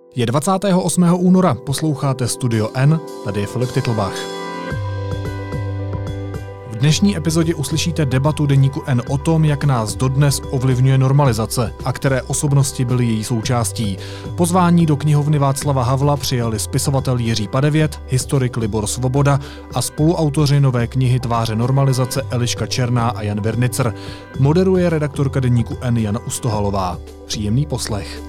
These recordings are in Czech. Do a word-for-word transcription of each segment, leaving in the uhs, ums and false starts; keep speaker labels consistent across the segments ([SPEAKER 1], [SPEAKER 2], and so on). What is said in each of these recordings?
[SPEAKER 1] Je dvacátého osmého února, posloucháte Studio N, tady je Filip Titlbach. V dnešní epizodě uslyšíte debatu deníku N o tom, jak nás dodnes ovlivňuje normalizace a které osobnosti byly její součástí. Pozvání do knihovny Václava Havla přijali spisovatel Jiří Padevět, historik Libor Svoboda a spoluautoři nové knihy Tváře normalizace Eliška Černá a Jan Virnicer. Moderuje redaktorka deníku N Jana Ustohalová. Příjemný poslech.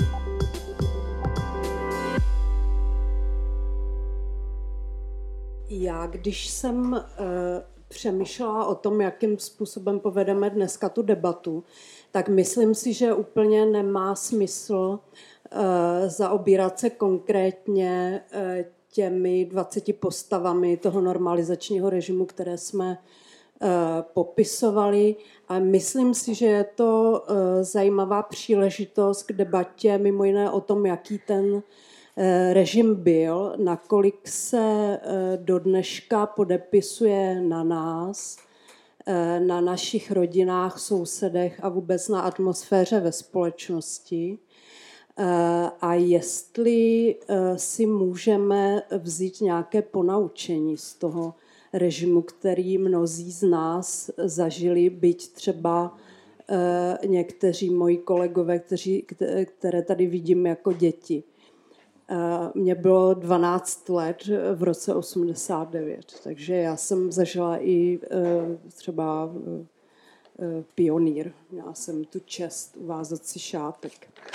[SPEAKER 2] Já, když jsem uh, přemýšlela o tom, jakým způsobem povedeme dneska tu debatu, tak myslím si, že úplně nemá smysl uh, zaobírat se konkrétně uh, těmi dvaceti postavami toho normalizačního režimu, které jsme uh, popisovali. A myslím si, že je to uh, zajímavá příležitost k debatě, mimo jiné o tom, jaký ten režim byl, nakolik se do dneška podepisuje na nás, na našich rodinách, sousedech a vůbec na atmosféře ve společnosti. A jestli si můžeme vzít nějaké ponaučení z toho režimu, který mnozí z nás zažili, byť třeba někteří moji kolegové, kteří, které tady vidím jako děti. Mně bylo dvanáct let v roce osmdesát devět, takže já jsem zažila i třeba pionýr. Měla jsem tu čest uvázat si šátek.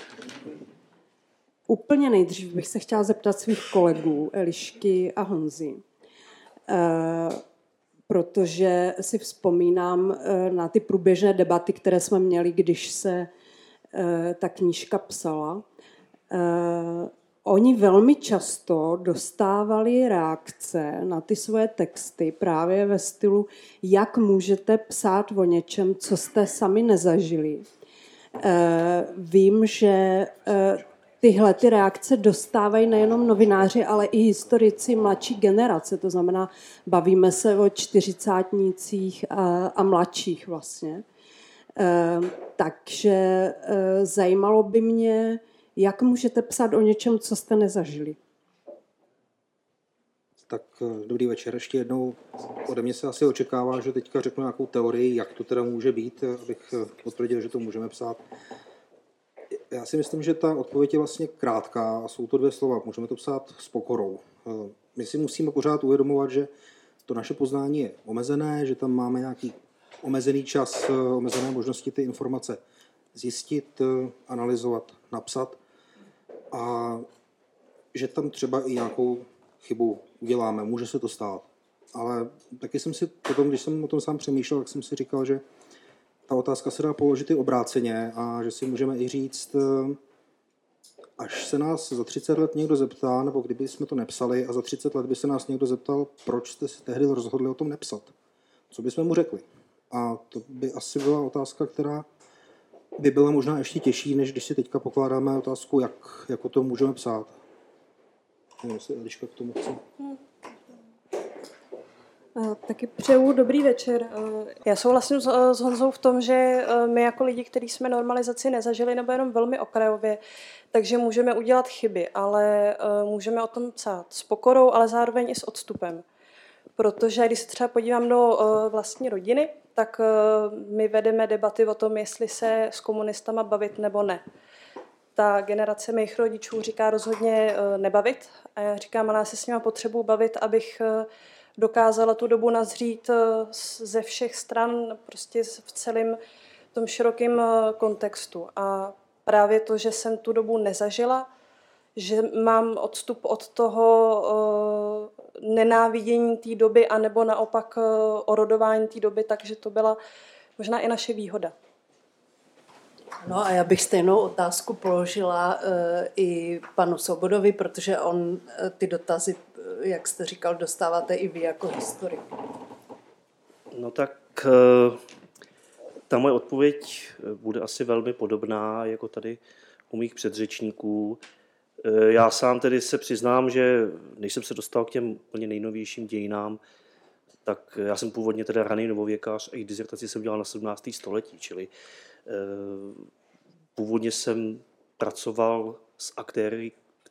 [SPEAKER 2] Úplně nejdřív bych se chtěla zeptat svých kolegů Elišky a Honzy, protože si vzpomínám na ty průběžné debaty, které jsme měli, když se ta knížka psala. Oni velmi často dostávali reakce na ty svoje texty právě ve stylu, jak můžete psát o něčem, co jste sami nezažili. E, vím, že e, tyhle ty reakce dostávají nejenom novináři, ale i historici mladší generace. To znamená, bavíme se o čtyřicátnících a, a mladších vlastně. E, takže e, zajímalo by mě, jak můžete psát o něčem, co jste nezažili?
[SPEAKER 3] Tak dobrý večer. Ještě jednou ode mě se asi očekává, že teďka řeknu nějakou teorii, jak to teda může být, abych potvrdil, že to můžeme psát. Já si myslím, že ta odpověď je vlastně krátká a jsou to dvě slova. Můžeme to psát s pokorou. My si musíme pořád uvědomovat, že to naše poznání je omezené, že tam máme nějaký omezený čas, omezené možnosti ty informace zjistit, analyzovat, napsat. A že tam třeba i nějakou chybu uděláme, může se to stát. Ale taky jsem si potom, když jsem o tom sám přemýšlel, tak jsem si říkal, že ta otázka se dá položit i obráceně a že si můžeme i říct, až se nás za třicet let někdo zeptá, nebo kdyby jsme to nepsali a za třicet let by se nás někdo zeptal, proč jste si tehdy rozhodli o tom nepsat. Co bychom mu řekli? A to by asi byla otázka, která by byla možná ještě těžší, než když si teďka pokládáme otázku, jak, jak o tom můžeme psát. Nevím, jestli Eliška k tomu chce.
[SPEAKER 4] Hmm. Taky přeju dobrý večer. Já souhlasím s Honzou v tom, že my jako lidi, kteří jsme normalizaci nezažili, nebo jenom velmi okrajově, takže můžeme udělat chyby, ale můžeme o tom psát s pokorou, ale zároveň i s odstupem. Protože když se třeba podívám do vlastní rodiny, tak my vedeme debaty o tom, jestli se s komunistama bavit nebo ne. Ta generace mých rodičů říká rozhodně nebavit a já říkám, ale já se s nima potřebuji bavit, abych dokázala tu dobu nazřít ze všech stran, prostě v celém tom širokém kontextu. A právě to, že jsem tu dobu nezažila, že mám odstup od toho uh, nenávidění té doby, anebo naopak uh, orodování té doby, takže to byla možná i naše výhoda.
[SPEAKER 2] No a já bych stejnou otázku položila uh, i panu Svobodovi, protože on uh, ty dotazy, jak jste říkal, dostáváte i vy jako historik.
[SPEAKER 5] No tak uh, ta moje odpověď bude asi velmi podobná jako tady u mých předřečníků. Já sám tedy se přiznám, že než jsem se dostal k těm úplně nejnovějším dějinám, tak já jsem původně teda raný novověkář a i dizertaci jsem dělal na sedmnáctém století, čili původně jsem pracoval s aktéry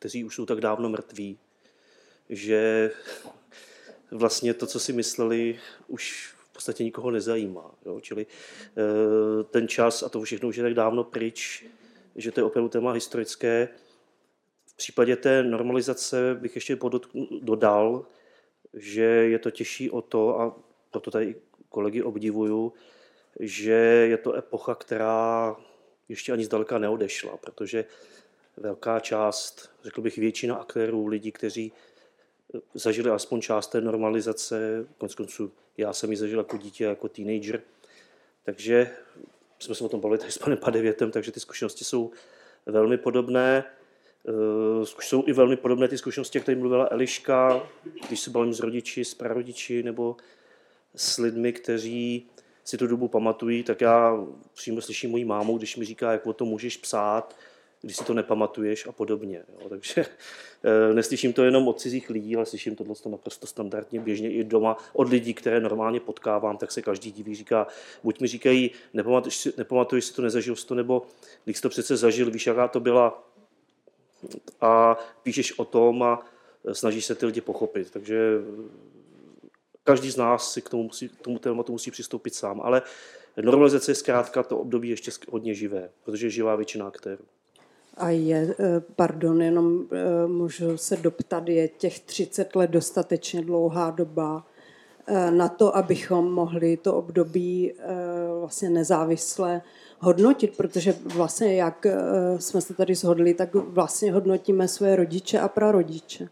[SPEAKER 5] kteří už jsou tak dávno mrtví, že vlastně to, co si mysleli, už v podstatě nikoho nezajímá. Jo? Čili ten čas a to všechno už je tak dávno pryč, že to je opravdu téma historické. V případě té normalizace bych ještě dodal, že je to těžší o to, a proto tady kolegy obdivuju, že je to epocha, která ještě ani zdaleka neodešla, protože velká část, řekl bych většina aktérů, lidí, kteří zažili aspoň část té normalizace, koneckonců já jsem ji zažil jako dítě, jako teenager, takže jsme se o tom bavili tady s panem Padevětem, takže ty zkušenosti jsou velmi podobné. Jsou i velmi podobné ty zkušenosti, jak tady mluvila Eliška, když se bavím s rodiči, s prarodiči nebo s lidmi, kteří si tu dobu pamatují, tak já přímo slyším moji mámu, když mi říká, jak o tom můžeš psát, když si to nepamatuješ a podobně. Jo. Takže e, neslyším to jenom od cizích lidí, ale slyším tohle naprosto standardně, běžně i doma od lidí, které normálně potkávám, tak se každý diví, říká, buď mi říkají, nepamatuješ si, nepamatuješ si to, nezažil jsi to, nebo když jsi to přece zažil, víš, jaká to byla, a píšeš o tom a snažíš se ty lidi pochopit. Takže každý z nás si k tomu, musí, k tomu tématu musí přistoupit sám. Ale normalizace je zkrátka to období ještě hodně živé, protože je živá většina aktérů.
[SPEAKER 2] A je, pardon, jenom můžu se doptat, je těch třicet let dostatečně dlouhá doba na to, abychom mohli to období vlastně nezávisle hodnotit, protože vlastně, jak jsme se tady shodli, tak vlastně hodnotíme své rodiče a prarodiče.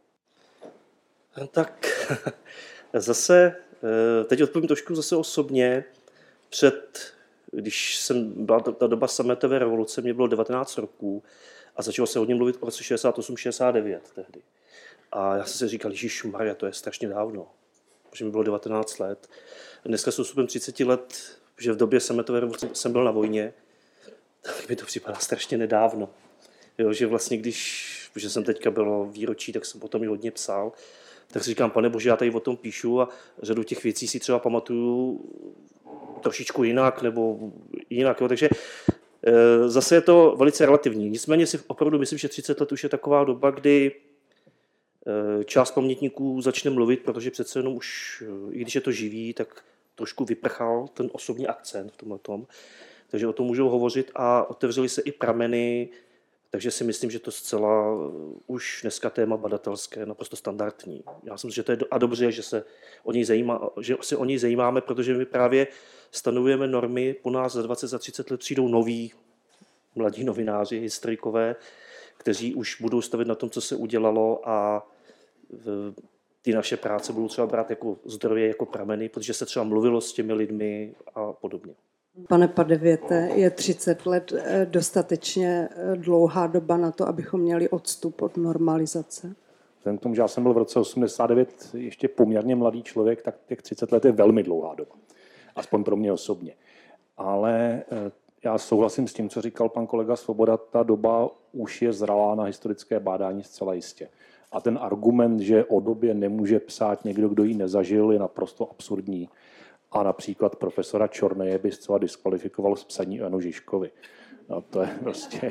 [SPEAKER 5] Tak zase, teď odpovím trošku zase osobně. Před, když jsem byla ta doba sametové revoluce, mě bylo devatenáct roků a začalo se hodně mluvit o roce šedesát osm šedesát devět tehdy. A já jsem si říkal, ježišmarja, to je strašně dávno, protože mi bylo devatenáct let. Dneska s odstupem třicet let, že v době sametové revoluce jsem byl na vojně, tak mi to připadá strašně nedávno. Jo, že vlastně když, protože jsem teďka bylo výročí, tak jsem potom i hodně psal, tak si říkám, pane bože, já tady o tom píšu a řadu těch věcí si třeba pamatuju trošičku jinak nebo jinak. Jo. Takže e, zase je to velice relativní. Nicméně si opravdu myslím, že třicet let už je taková doba, kdy e, část pamětníků začne mluvit, protože přece jenom už, i když je to živý, tak trošku vyprchal ten osobní akcent v tomhle tom. Takže o tom můžou hovořit a otevřely se i prameny, takže si myslím, že to zcela už dneska téma badatelské, naprosto standardní. Já si myslím, že to je a dobře, že se o něj zajímá, že se o něj zajímáme, protože my právě stanovujeme normy, po nás za dvacet, za třicet let přijdou noví mladí novináři, historikové, kteří už budou stavit na tom, co se udělalo a ty naše práce budou třeba brát jako zdroje, jako prameny, protože se třeba mluvilo s těmi lidmi a podobně.
[SPEAKER 2] Pane Padevěte, je třicet let dostatečně dlouhá doba na to, abychom měli odstup od normalizace?
[SPEAKER 6] Vzhledem k tomu, že já jsem byl v roce osmdesát devět ještě poměrně mladý člověk, tak těch třicet let je velmi dlouhá doba. Aspoň pro mě osobně. Ale já souhlasím s tím, co říkal pan kolega Svoboda, ta doba už je zralá na historické bádání zcela jistě. A ten argument, že o době nemůže psát někdo, kdo ji nezažil, je naprosto absurdní. A například profesora Čorneje by zcela diskvalifikoval z psaní o Janu Žižkovi. No to je prostě...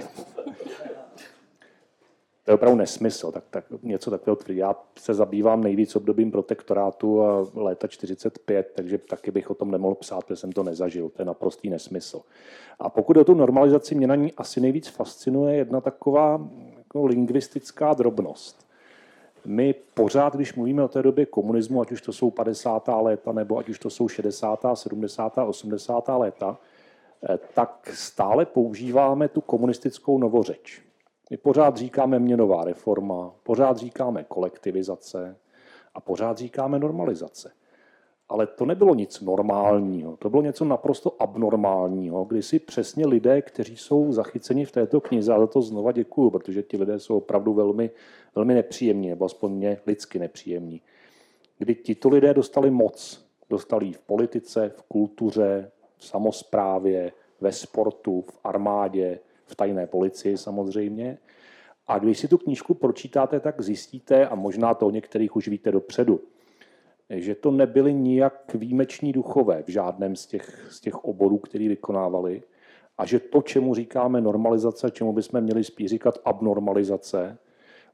[SPEAKER 6] To je opravdu nesmysl, tak, tak něco takového tvrdí. Já se zabývám nejvíc obdobím protektorátu a léta čtyřicet pět, takže taky bych o tom nemohl psát, protože jsem to nezažil. To je naprostý nesmysl. A pokud o tu normalizaci, mě na ní asi nejvíc fascinuje jedna taková jako lingvistická drobnost. My pořád, když mluvíme o té době komunismu, ať už to jsou padesátá léta, nebo ať už to jsou šedesátá, sedmdesátá, osmdesátá léta, tak stále používáme tu komunistickou novořeč. My pořád říkáme měnová reforma, pořád říkáme kolektivizace a pořád říkáme normalizace. Ale to nebylo nic normálního, to bylo něco naprosto abnormálního, kdy si přesně lidé, kteří jsou zachyceni v této knize, a za to znova děkuju, protože ti lidé jsou opravdu velmi, velmi nepříjemní, nebo aspoň mě lidsky nepříjemní. Kdy tito lidé dostali moc, dostali ji v politice, v kultuře, v samosprávě, ve sportu, v armádě, v tajné policii samozřejmě. A když si tu knížku pročítáte, tak zjistíte, a možná to o některých už víte dopředu, že to nebyli nijak výjimeční duchové v žádném z těch, z těch oborů, který vykonávali, a že to, čemu říkáme normalizace, čemu bychom měli spíš říkat abnormalizace,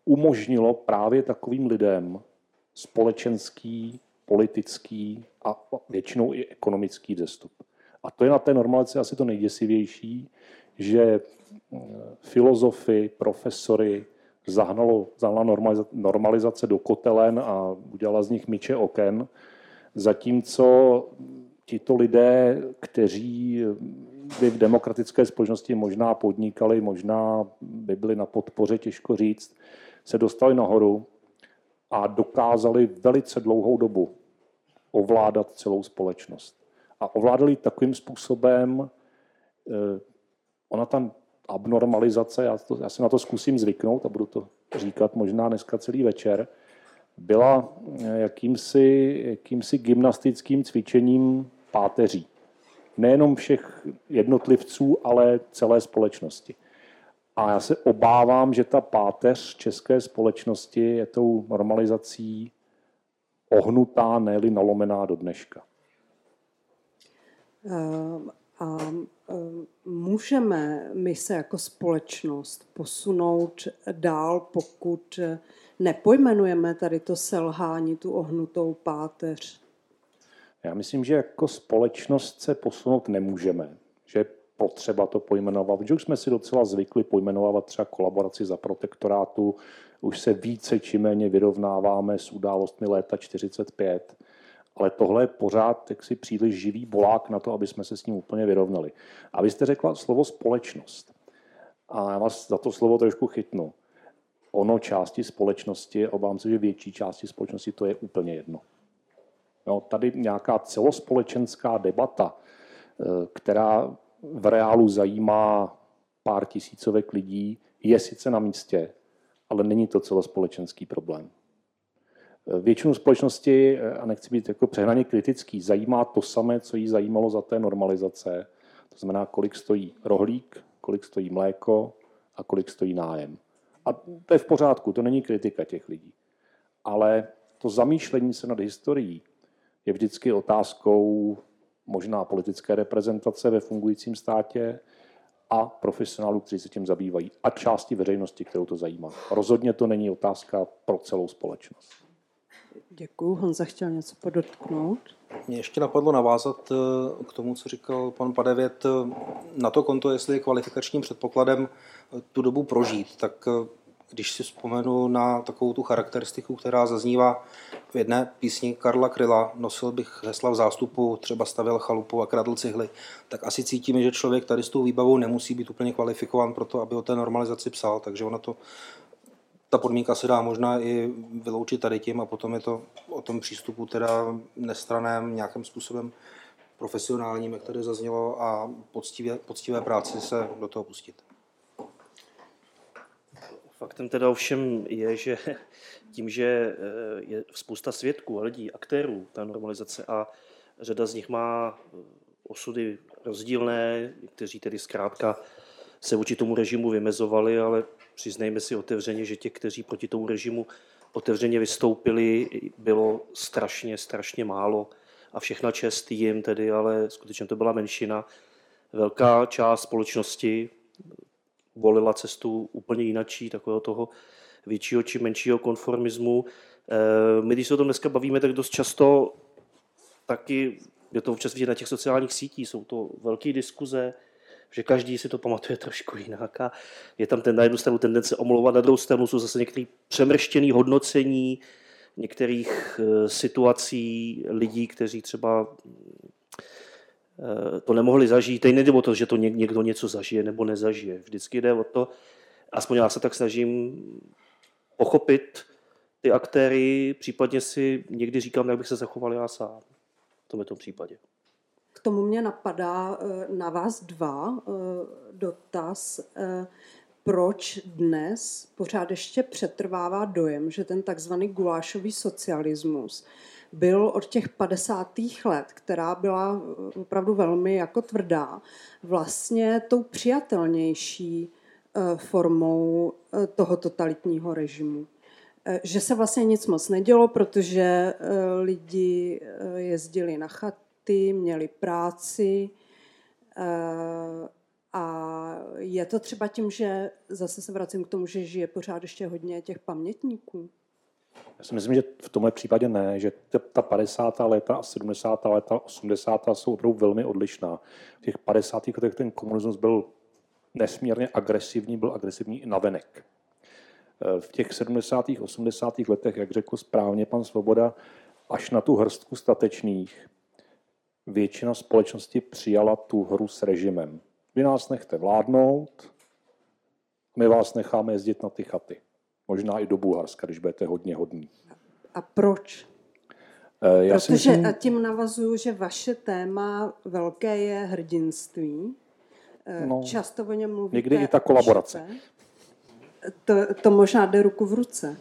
[SPEAKER 6] umožnilo právě takovým lidem společenský, politický a většinou i ekonomický vzestup. A to je na té normalizaci asi to nejděsivější, že filozofy, profesory zahnalo, zahnala normalizace do kotelen a udělala z nich myče oken, zatímco tito lidé, kteří by v demokratické společnosti možná podnikali, možná by byli na podpoře, těžko říct, se dostali nahoru a dokázali velice dlouhou dobu ovládat celou společnost. A ovládali takovým způsobem, ona ta abnormalizace, já, to, já se na to zkusím zvyknout a budu to říkat možná dneska celý večer, byla jakýmsi, jakýmsi gymnastickým cvičením páteří. Nejenom všech jednotlivců, ale celé společnosti. A já se obávám, že ta páteř české společnosti je tou normalizací ohnutá, ne-li nalomená do dneška.
[SPEAKER 2] A můžeme my se jako společnost posunout dál, pokud nepojmenujeme tady to selhání, tu ohnutou páteř?
[SPEAKER 6] Já myslím, že jako společnost se posunout nemůžeme. Že je potřeba to pojmenovat. Že už jsme si docela zvykli pojmenovat třeba kolaboraci za protektorátu. Už se více či méně vyrovnáváme s událostmi léta čtyřicet pět. Ale tohle je pořád jaksi příliš živý bolák na to, aby jsme se s ním úplně vyrovnali. A vy jste řekla slovo společnost. A já vás za to slovo trošku chytnu. Ono části společnosti, obávám se, že větší části společnosti to je úplně jedno. No, tady nějaká celospolečenská debata, která v reálu zajímá pár tisícovek lidí, je sice na místě, ale není to celospolečenský problém. Většinu společnosti, a nechci být jako přehnaně kritický, zajímá to samé, co jí zajímalo za té normalizace. To znamená, kolik stojí rohlík, kolik stojí mléko a kolik stojí nájem. A to je v pořádku, to není kritika těch lidí. Ale to zamýšlení se nad historií je vždycky otázkou možná politické reprezentace ve fungujícím státě a profesionálů, kteří se tím zabývají, a části veřejnosti, kterou to zajímá. Rozhodně to není otázka pro celou společnost.
[SPEAKER 2] Děkuju. Honza chtěl něco podotknout.
[SPEAKER 3] Mě ještě napadlo navázat k tomu, co říkal pan Padevět, na to konto, jestli je kvalifikačním předpokladem tu dobu prožít. Tak když si vzpomenu na takovou tu charakteristiku, která zaznívá v jedné písni Karla Kryla, nosil bych hesla v zástupu, třeba stavěl chalupu a kradl cihly, tak asi cítíme, že člověk tady s tou výbavou nemusí být úplně kvalifikován pro to, aby o té normalizaci psal, takže ona to, ta podmínka se dá možná i vyloučit tady tím a potom je to o tom přístupu teda nestraném, nějakým způsobem profesionálním, jak tady zaznělo, a poctivé, poctivé práci se do toho pustit.
[SPEAKER 5] Faktem teda ovšem je, že tím, že je spousta svědků a lidí, aktérů, ta normalizace a řada z nich má osudy rozdílné, kteří tedy zkrátka se vůči tomu režimu vymezovali, ale přiznejme si otevřeně, že těch, kteří proti tomu režimu otevřeně vystoupili, bylo strašně, strašně málo a všechna čest jim tedy, ale skutečně to byla menšina. Velká část společnosti volila cestu úplně jinačí, takového toho většího či menšího konformismu. My, když se o tom dneska bavíme, tak dost často taky, je to občas vidět na těch sociálních sítích, jsou to velké diskuze, že každý si to pamatuje trošku jinak a je tam ten na jednu stranu tendence omlouvat, na druhou stranu jsou zase některé přemrštěné hodnocení některých situací lidí, kteří třeba to nemohli zažít. Teď nejde o to, že to někdo něco zažije nebo nezažije. Vždycky jde o to, aspoň já se tak snažím pochopit ty aktéry, případně si někdy říkám, jak bych se zachoval já sám v tomto případě.
[SPEAKER 2] K tomu mě napadá na vás dva dotaz. Proč dnes pořád ještě přetrvává dojem, že ten takzvaný gulášový socialismus byl od těch padesátých let, která byla opravdu velmi jako tvrdá, vlastně tou přijatelnější formou toho totalitního režimu. Že se vlastně nic moc nedělo, protože lidi jezdili na chaty, měli práci A je to třeba tím, že zase se vracím k tomu, že žije pořád ještě hodně těch pamětníků?
[SPEAKER 6] Já si myslím, že v tomhle případě ne, že ta padesátá léta a sedmdesátá léta, osmdesátá jsou opravdu velmi odlišná. V těch padesátých letech ten komunismus byl nesmírně agresivní, byl agresivní i navenek. V těch sedmdesátých, osmdesátých letech, jak řekl správně pan Svoboda, až na tu hrstku statečných většina společnosti přijala tu hru s režimem. Vy nás nechte vládnout, my vás necháme jezdit na ty chaty. Možná i do Bulharska, když budete hodně hodní.
[SPEAKER 2] A proč?
[SPEAKER 6] Já
[SPEAKER 2] Protože
[SPEAKER 6] myslím,
[SPEAKER 2] a tím navazuju, že vaše téma velké je hrdinství.
[SPEAKER 6] No,
[SPEAKER 2] Často o něm mluvíte.
[SPEAKER 6] někdy i ta kolaborace.
[SPEAKER 2] To, to možná jde ruku v ruce.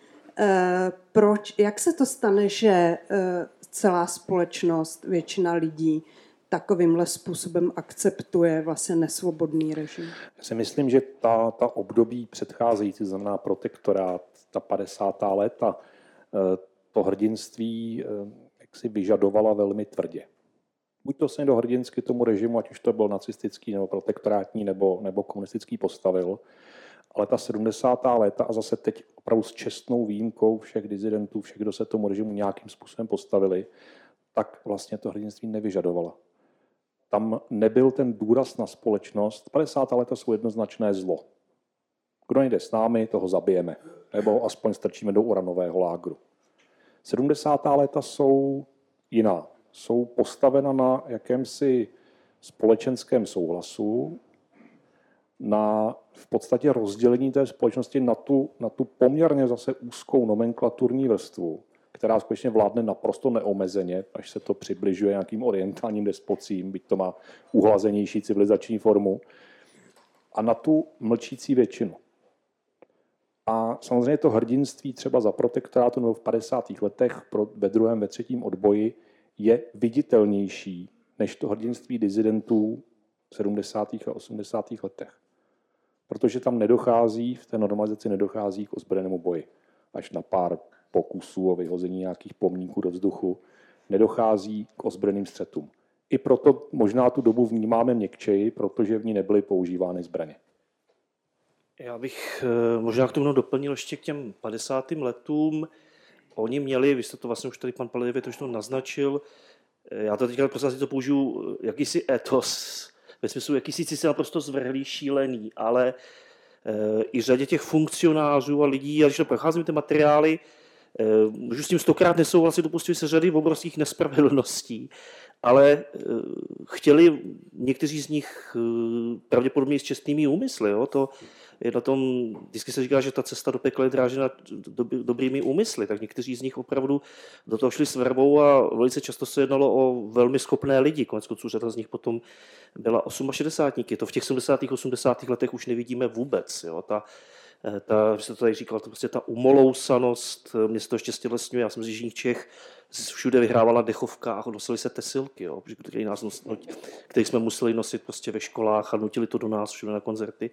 [SPEAKER 2] Proč, jak se to stane, že celá společnost, většina lidí takovýmhle způsobem akceptuje vlastně nesvobodný režim?
[SPEAKER 6] Já si myslím, že ta, ta období předcházející, znamená protektorát, ta padesátá léta, to hrdinství jak si vyžadovala velmi tvrdě. Buď to se někdo hrdinsky tomu režimu, ať už to byl nacistický nebo protektorátní nebo, nebo komunistický postavil, ale ta sedmdesátá léta a zase teď opravdu s čestnou výjimkou všech disidentů, všech, kdo se tomu režimu nějakým způsobem postavili, tak vlastně to hrdinství nevyžadovala. Tam nebyl ten důraz na společnost. padesátá léta jsou jednoznačné zlo. Kdo nejde s námi, toho zabijeme. Nebo aspoň strčíme do uranového lágru. sedmdesátá léta jsou jiná. Jsou postavena na jakémsi společenském souhlasu, na v podstatě rozdělení té společnosti na tu, na tu poměrně zase úzkou nomenklaturní vrstvu, která skutečně vládne naprosto neomezeně, až se to přibližuje nějakým orientálním despocím, byť to má uhlazenější civilizační formu, a na tu mlčící většinu. A samozřejmě to hrdinství třeba za protektorátu nebo v padesátých letech pro, ve druhém, ve třetím odboji je viditelnější než to hrdinství disidentů v sedmdesátých a osmdesátých letech. Protože tam nedochází, v té normalizaci nedochází k ozbrojenému boji. Až na pár pokusů o vyhození nějakých pomníků do vzduchu, nedochází k ozbrojeným střetům. I proto možná tu dobu vnímáme měkčeji, protože v ní nebyly používány zbraně.
[SPEAKER 5] Já bych možná k tomu doplnil ještě k těm padesátým letům. Oni měli, vy jste to vlastně už tady pan Paledivě to naznačil, já to teďka prostě to použiju, jakýsi etos, ve smyslu jakýsi sice naprosto zvrhlý, šílený, ale e, i řadě těch funkcionářů a lidí, a když to procházím ty materiály, e, můžu s tím stokrát nesouhlasit, dopustili se řady obrovských nespravedlností, ale e, chtěli někteří z nich e, pravděpodobně s čestnými úmysly. Jo? To je na tom, vždycky se říká, že ta cesta do pekla je drážena dobrými úmysly, tak někteří z nich opravdu do toho šli s vervou a velice často se jednalo o velmi schopné lidi. Koneckonců řada z nich potom byla šedesátníky. To v těch sedmdesátých, osmdesátých letech už nevidíme vůbec. Jo. Ta, ta, vy jste to tady říkal, to prostě ta umolousanost, mě se to ještě stělesňuje, já jsem z jižních Čech všude vyhrávala dechovkách a nosili se tesilky, jo, který, nás nos, který jsme museli nosit prostě ve školách a nutili to do nás všude na koncerty.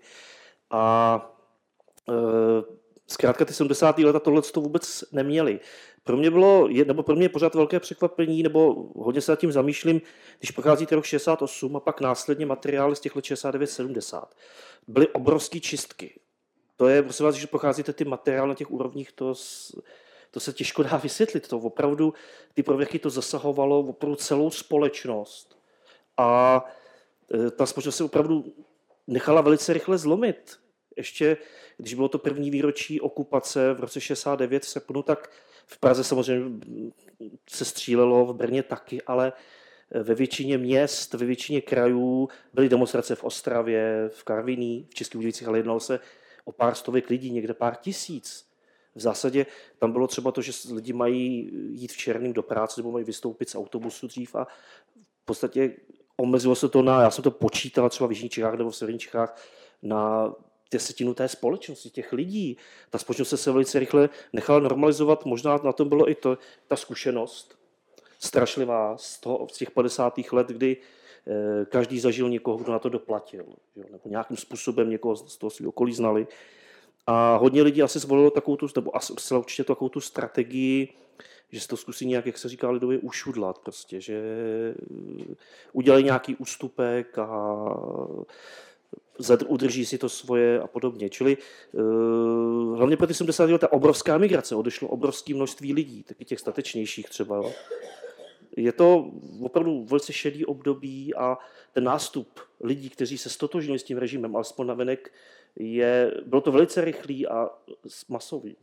[SPEAKER 5] A e, zkrátka ty sedmdesátá léta tohle to vůbec neměli. Pro mě bylo, nebo pro mě je pořád velké překvapení, nebo hodně se nad tím zamýšlím, když procházíte rok šedesát osm a pak následně materiály z těch let šedesát devět sedmdesát. Byly obrovské čistky. To je, prosím vás, když procházíte ty materiály na těch úrovních, to, to se těžko dá vysvětlit. To opravdu, ty prověrky to zasahovalo opravdu celou společnost. A e, ta společnost se opravdu nechala velice rychle zlomit. Ještě, když bylo to první výročí okupace v roce šedesát devět v srpnu, tak v Praze samozřejmě se střílelo, v Brně taky, ale ve většině měst, ve většině krajů byly demonstrace v Ostravě, v Karviní, v Českých Budějovicích, ale jednalo se o pár stovek lidí, někde pár tisíc. V zásadě tam bylo třeba to, že lidi mají jít v černým do práce nebo mají vystoupit z autobusu dřív a v podstatě omezilo se to na, já jsem to počítal třeba v Jižních Čechách nebo v Severních Čechách, na desetinu té společnosti, těch lidí. Ta společnost se velice rychle nechala normalizovat, možná na tom bylo i to, ta zkušenost strašlivá z, toho, z těch padesátých let, kdy eh, každý zažil někoho, kdo na to doplatil, jo, nebo nějakým způsobem někoho z toho svého okolí znali. A hodně lidí asi zvolilo takovou tu, nebo asi určitě takovou tu strategii, že se to zkusí nějak, jak se říká lidově, ušudlat prostě, že udělají nějaký ústupek a udrží si to svoje a podobně. Čili uh, hlavně pro ty sedmdesátá let ta obrovská migrace, odešlo obrovské množství lidí, taky těch statečnějších třeba. Jo. Je to opravdu velice šedý období a ten nástup lidí, kteří se stotožnili s tím režimem, alespoň navenek, je, bylo to velice rychlý a masový.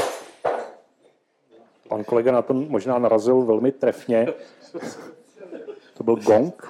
[SPEAKER 6] Pan kolega na to možná narazil velmi trefně. To byl gong.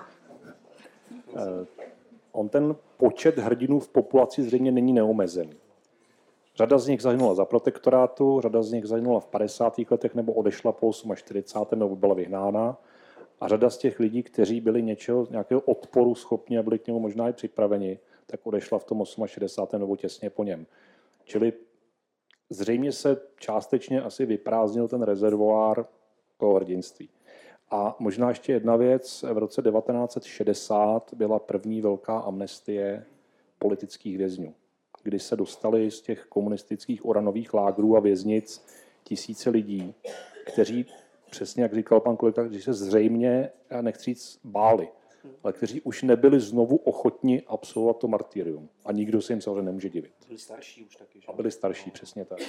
[SPEAKER 6] On ten počet hrdinů v populaci zřejmě není neomezený. Řada z nich zahynula za protektorátu, řada z nich zahynula v padesátých letech nebo odešla po čtyřicátém osmém nebo byla vyhnána. A řada z těch lidí, kteří byli něčeho, nějakého odporu schopni a byli k němu možná i připraveni, tak odešla v tom šedesátém osmém nebo těsně po něm. Čili zřejmě se částečně asi vyprázdnil ten rezervoár toho hrdinství. A možná ještě jedna věc, v roce devatenáct set šedesát byla první velká amnestie politických vězňů, kdy se dostali z těch komunistických uranových lágrů a věznic tisíce lidí, kteří, přesně jak říkal pan kolega, kteří se zřejmě, já nechci říct, báli, ale kteří už nebyli znovu ochotni absolvovat to martyrium. A nikdo se jim samozřejmě nemůže divit.
[SPEAKER 5] Byli starší už taky, že?
[SPEAKER 6] A byli starší, přesně tak.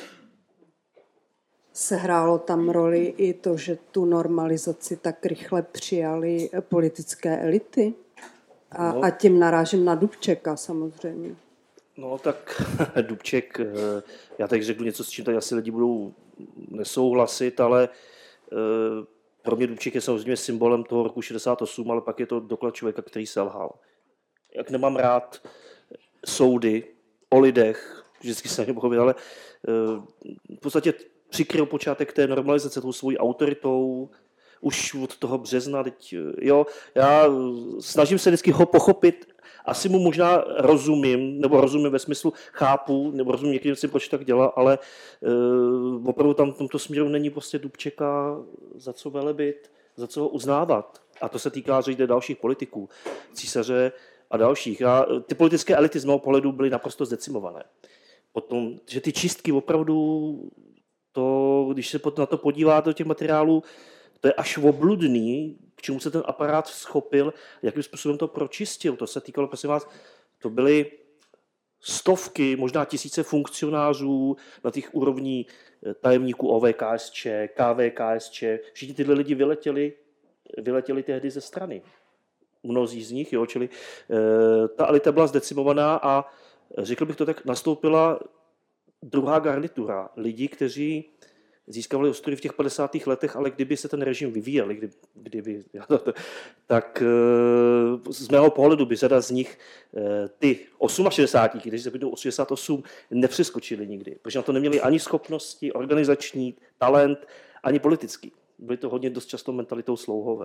[SPEAKER 2] Sehrálo tam roli i to, že tu normalizaci tak rychle přijali politické elity? A,
[SPEAKER 5] no.
[SPEAKER 2] a tím narážím na Dubčeka samozřejmě.
[SPEAKER 5] No tak Dubček, já teď řeknu něco, s čím tady asi lidi budou nesouhlasit, ale pro mě Dubček je samozřejmě symbolem toho roku šedesát osm, ale pak je to doklad člověka, který selhal. Jak nemám rád soudy o lidech, vždycky se na ně pochopit, ale v podstatě přikryl počátek té normalizace tou svojí autoritou, už od toho března, teď, jo, já snažím se vždycky ho pochopit, asi mu možná rozumím, nebo rozumím ve smyslu chápu, nebo rozumím někdy věcem, proč tak dělá, ale uh, opravdu tam v tomto směru není prostě Dubčeka za co velebit, za co ho uznávat. A to se týká řejmě dalších politiků, císaře a dalších. A ty politické elity z mého pohledu byly naprosto zdecimované. Potom, že ty čistky opravdu, to, když se na to podíváte do těch materiálů, to je až obludný, k čemu se ten aparát schopil, jakým způsobem to pročistil. To se týkalo, prosím vás, to byly stovky, možná tisíce funkcionářů na těch úrovní tajemníků O V K S Č, K V K S Č. Všichni tyhle lidi vyletěli, vyletěli tehdy ze strany. Mnozí z nich, jo, čili e, ta elita byla zdecimovaná a řekl bych to tak, nastoupila druhá garnitura. Lidi, kteří získávali ostudy v těch padesátých letech, ale kdyby se ten režim vyvíjel, kdyby, kdyby, tak z mého pohledu by řada z nich ty šedesátí osm, kteří se bydou šedesát osm, nepřeskočili nikdy, protože na to neměli ani schopnosti, organizační, talent, ani politický. Byly to hodně dost často mentalitou slouhové.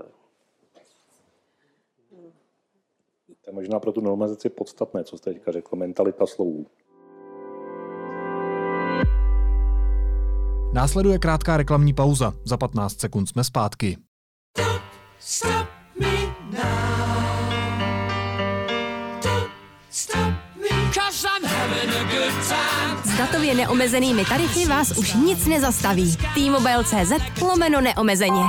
[SPEAKER 6] To je možná pro tu normalizaci podstatné, co jste teďka řekl, mentalita slouhů.
[SPEAKER 1] Následuje krátká reklamní pauza. Za patnáct sekund jsme zpátky.
[SPEAKER 7] S datově neomezenými tarify vás už nic nezastaví. T-Mobile tečka cé zet lomeno neomezeně.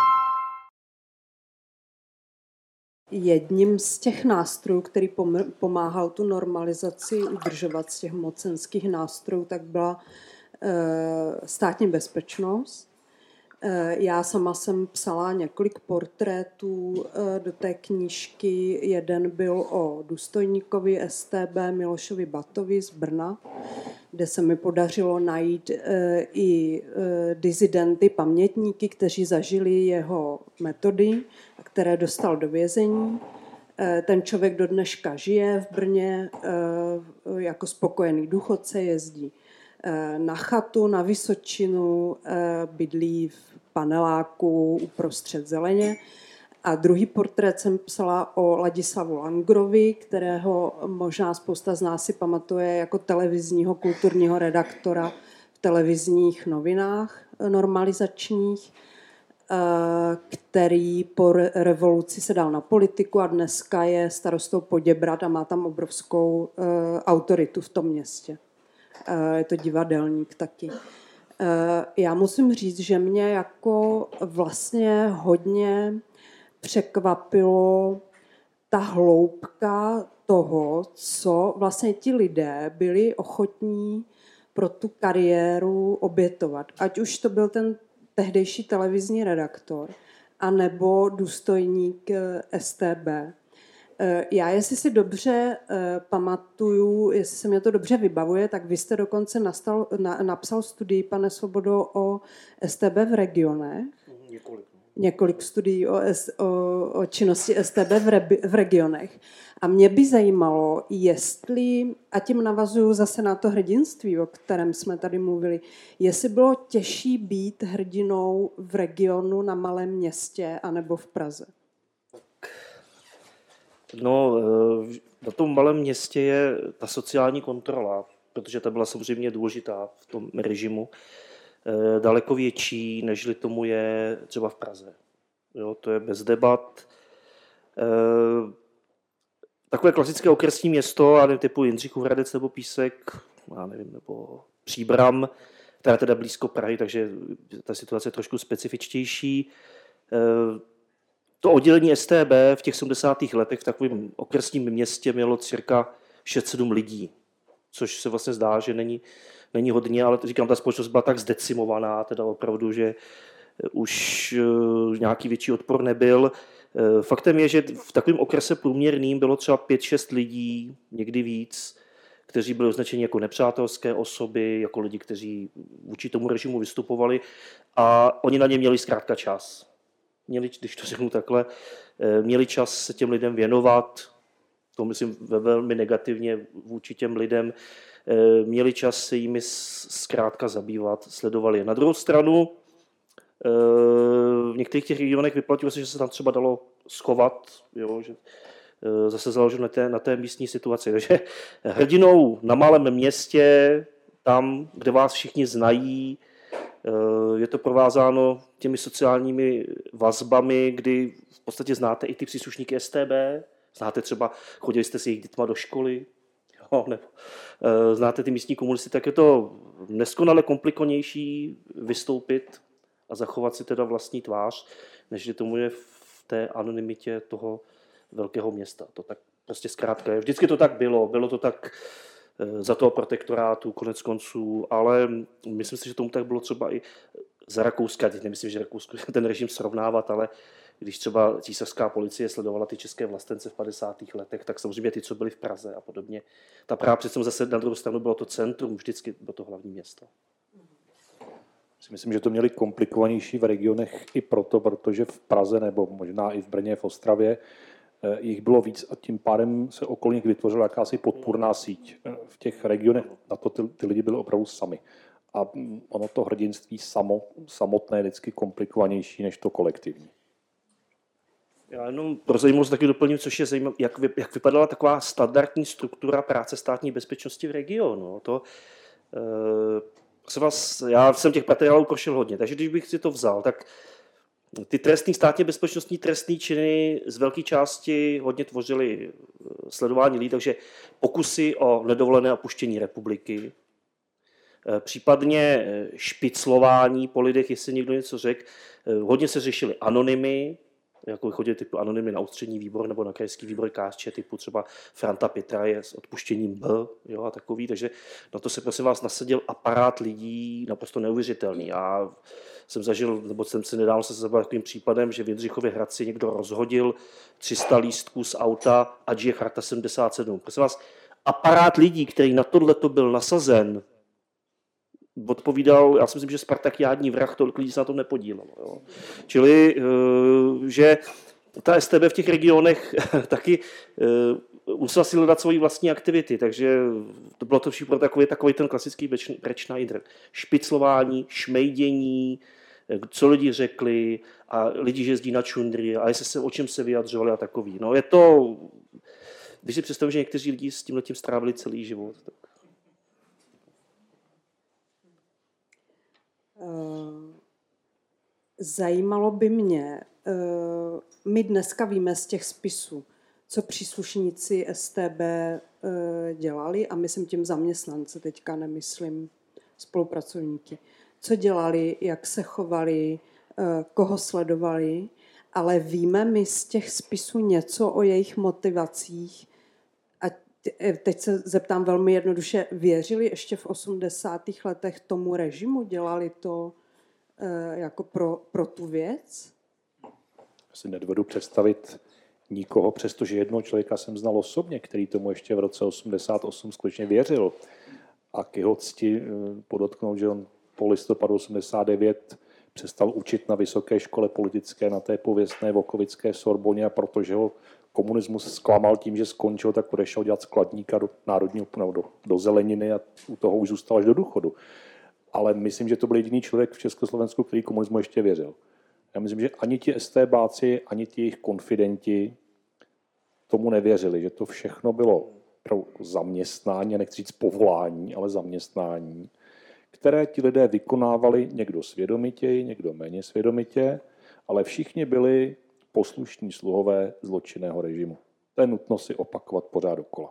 [SPEAKER 2] Jedním z těch nástrojů, který pomáhal tu normalizaci udržovat z těch mocenských nástrojů, tak byla státní bezpečnost. Já sama jsem psala několik portrétů do té knížky. Jeden byl o důstojníkovi S T B Milošovi Batovi z Brna, kde se mi podařilo najít i disidenty, pamětníky, kteří zažili jeho metody, které dostal do vězení. Ten člověk do dneška žije v Brně jako spokojený důchodce, jezdí na chatu, na Vysočinu, bydlí v paneláku uprostřed zeleně. A druhý portrét jsem psala o Ladislavu Langrovi, kterého možná spousta z nás si pamatuje jako televizního kulturního redaktora v televizních novinách normalizačních, který po revoluci se dal na politiku a dneska je starostou Poděbrad a má tam obrovskou autoritu v tom městě. Je to divadelník taky. Já musím říct, že mě jako vlastně hodně překvapilo ta hloubka toho, co vlastně ti lidé byli ochotní pro tu kariéru obětovat. Ať už to byl ten tehdejší televizní redaktor, anebo důstojník S T B. Já, jestli si dobře pamatuju, jestli se mě to dobře vybavuje, tak vy jste dokonce nastal, na, napsal studii, pane Svobodo, o S T B v regionech.
[SPEAKER 5] Několik.
[SPEAKER 2] Několik studií o, o, o činnosti S T B v, re, v regionech. A mě by zajímalo, jestli, a tím navazuju zase na to hrdinství, o kterém jsme tady mluvili, jestli bylo těžší být hrdinou v regionu na malém městě anebo v Praze.
[SPEAKER 5] No, na tom malém městě je ta sociální kontrola, protože ta byla samozřejmě důležitá v tom režimu, daleko větší, nežli tomu je třeba v Praze. Jo, to je bez debat. Takové klasické okresní město, a typu Jindřichův Hradec nebo Písek, já nevím, nebo Příbram, která je teda blízko Prahy, takže ta situace je trošku specifičtější. To oddělení S T B v těch sedmdesátých letech v takovém okresním městě mělo cirka šest sedm lidí, což se vlastně zdá, že není, není hodně, ale říkám, ta společnost byla tak zdecimovaná, teda opravdu, že už nějaký větší odpor nebyl. Faktem je, že v takovém okrese průměrným bylo třeba pět šest lidí, někdy víc, kteří byli označeni jako nepřátelské osoby, jako lidi, kteří vůči tomu režimu vystupovali, a oni na ně měli zkrátka čas. Měli, když to řeknu takhle, měli čas se těm lidem věnovat, to myslím velmi negativně vůči těm lidem, měli čas se jimi zkrátka zabývat, sledovali je. Na druhou stranu, v některých těch regionech vyplatilo se, že se tam třeba dalo schovat, jo, že zase záleží na té, na té místní situaci. Takže hrdinou na malém městě, tam, kde vás všichni znají, je to provázáno těmi sociálními vazbami, kdy v podstatě znáte i ty příslušníky S T B, znáte třeba, chodili jste s jejich dětma do školy, jo, nebo znáte ty místní komunisty, tak je to neskonale komplikovanější vystoupit a zachovat si teda vlastní tvář, než že tomu je v té anonymitě toho velkého města. To tak prostě zkrátka je. Vždycky to tak bylo, bylo to tak za toho protektorátu, konec konců, ale myslím si, že tomu tak bylo třeba i za Rakouska. Teď nemyslím, že Rakousko ten režim srovnávat, ale když třeba císařská policie sledovala ty české vlastence v padesátých letech, tak samozřejmě ty, co byli v Praze a podobně. Ta Praha přece zase na druhou stranu bylo to centrum, vždycky bylo to hlavní město.
[SPEAKER 6] Myslím, že to měli komplikovanější v regionech i proto, protože v Praze nebo možná i v Brně, v Ostravě jich bylo víc a tím pádem se okolo nich vytvořila jakási podpůrná síť. V těch regionech na to ty, ty lidi byli opravdu sami. A ono to hrdinství samo, samotné je vždycky komplikovanější než to kolektivní.
[SPEAKER 5] Já jenom pro zajímavost taky doplním, což je zajímavé, jak, vy, jak vypadala taková standardní struktura práce státní bezpečnosti v regionu. To, e, vás, já jsem těch materiálů prošel hodně, takže když bych si to vzal, tak ty trestní státně bezpečnostní trestní činy z velké části hodně tvořily sledování lidí, takže pokusy o nedovolené opuštění republiky, případně špiclování po lidech, jestli někdo něco řekl. Hodně se řešily anonymy, jako chodili typu anonymy na ústřední výbor nebo na krajský výbor K S Č, typu třeba Franta Pitra je s odpuštěním B, jo, a takový, takže na to se prosím vás nasadil aparát lidí naprosto neuvěřitelný. Já jsem zažil, nebo jsem si nedávno se zabavil takovým případem, že v Jindřichově Hradci někdo rozhodil tři sta lístků z auta, ať je Charta sedmdesát sedm. Prosím vás, aparát lidí, který na tohleto byl nasazen, odpovídal, já si myslím, že spartakiádní vrah, tolik lidí se na tom nepodílelo. Jo. Čili, že ta S T B v těch regionech taky musela si hledat svoji vlastní aktivity, takže to bylo to všechno takový, takový ten klasický Brečnajder. Špiclování, šmejdění, co lidi řekli, a lidi, že jezdí na čundry, a jestli se, o čem se vyjadřovali a takový. No, je to, když si představím, že někteří lidi s tímhletím strávili celý život, tak...
[SPEAKER 2] Zajímalo by mě, my dneska víme z těch spisů, co příslušníci S T B dělali, a myslím tím zaměstnance, teďka nemyslím spolupracovníky, co dělali, jak se chovali, koho sledovali, ale víme my z těch spisů něco o jejich motivacích, ať teď se zeptám velmi jednoduše, věřili ještě v osmdesátých letech tomu režimu? Dělali to e, jako pro, pro tu věc?
[SPEAKER 6] Já si nedovedu představit nikoho, přestože jednoho člověka jsem znal osobně, který tomu ještě v roce osmdesát osm skutečně věřil. A k jeho cti podotknout, že on po listopadu osmdesát devět přestal učit na vysoké škole politické na té pověstné Vokovické Sorboně, a protože ho komunismus zklamal tím, že skončil, tak odešel dělat skladníka do národního, no, do, do zeleniny a u toho už zůstal až do důchodu. Ale myslím, že to byl jediný člověk v Československu, který komunismu ještě věřil. Já myslím, že ani ti estébáci, ani ti jejich konfidenti tomu nevěřili, že to všechno bylo pro zaměstnání, nechci říct povolání, ale zaměstnání, které ti lidé vykonávali někdo svědomitěji, někdo méně svědomitě, ale všichni byli poslušní sluhové zločinného režimu. To je nutno si opakovat pořád dokola.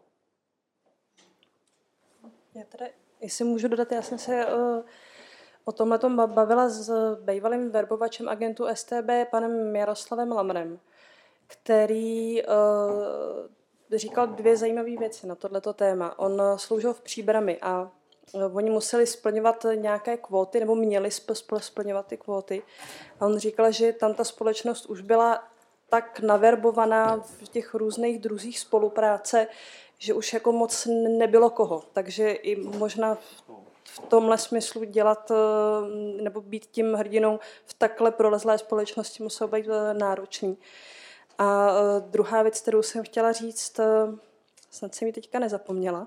[SPEAKER 4] Já tady, jestli můžu dodat, já jsem se uh, o tomhletom bavila s bývalým verbovačem agentů S T B, panem Jaroslavem Lamrem, který uh, říkal dvě zajímavé věci na tohleto téma. On sloužil v Příbrami a oni museli splňovat nějaké kvóty, nebo měli splňovat ty kvóty. A on říkal, že tam ta společnost už byla tak naverbovaná v těch různých druzích spolupráce, že už jako moc nebylo koho. Takže i možná v tomhle smyslu dělat nebo být tím hrdinou v takhle prolezlé společnosti muselo být náročný. A druhá věc, kterou jsem chtěla říct, snad jsem ji teďka nezapomněla.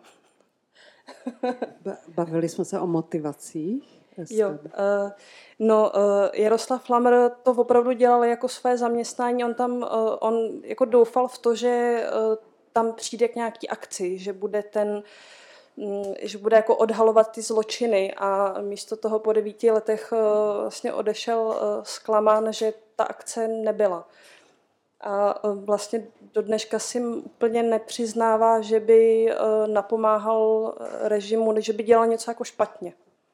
[SPEAKER 2] Bavili jsme se o motivacích.
[SPEAKER 4] Jo, uh, no uh, Jaroslav Lamr to opravdu dělal jako své zaměstnání. On tam, uh, on jako doufal v to, že uh, tam přijde k nějaký akci, že bude ten, um, že bude jako odhalovat ty zločiny, a místo toho po devíti letech uh, vlastně odešel uh, zklamán, že ta akce nebyla. A vlastně do dneška si úplně nepřiznává, že by napomáhal režimu, že by dělal něco jako špatně.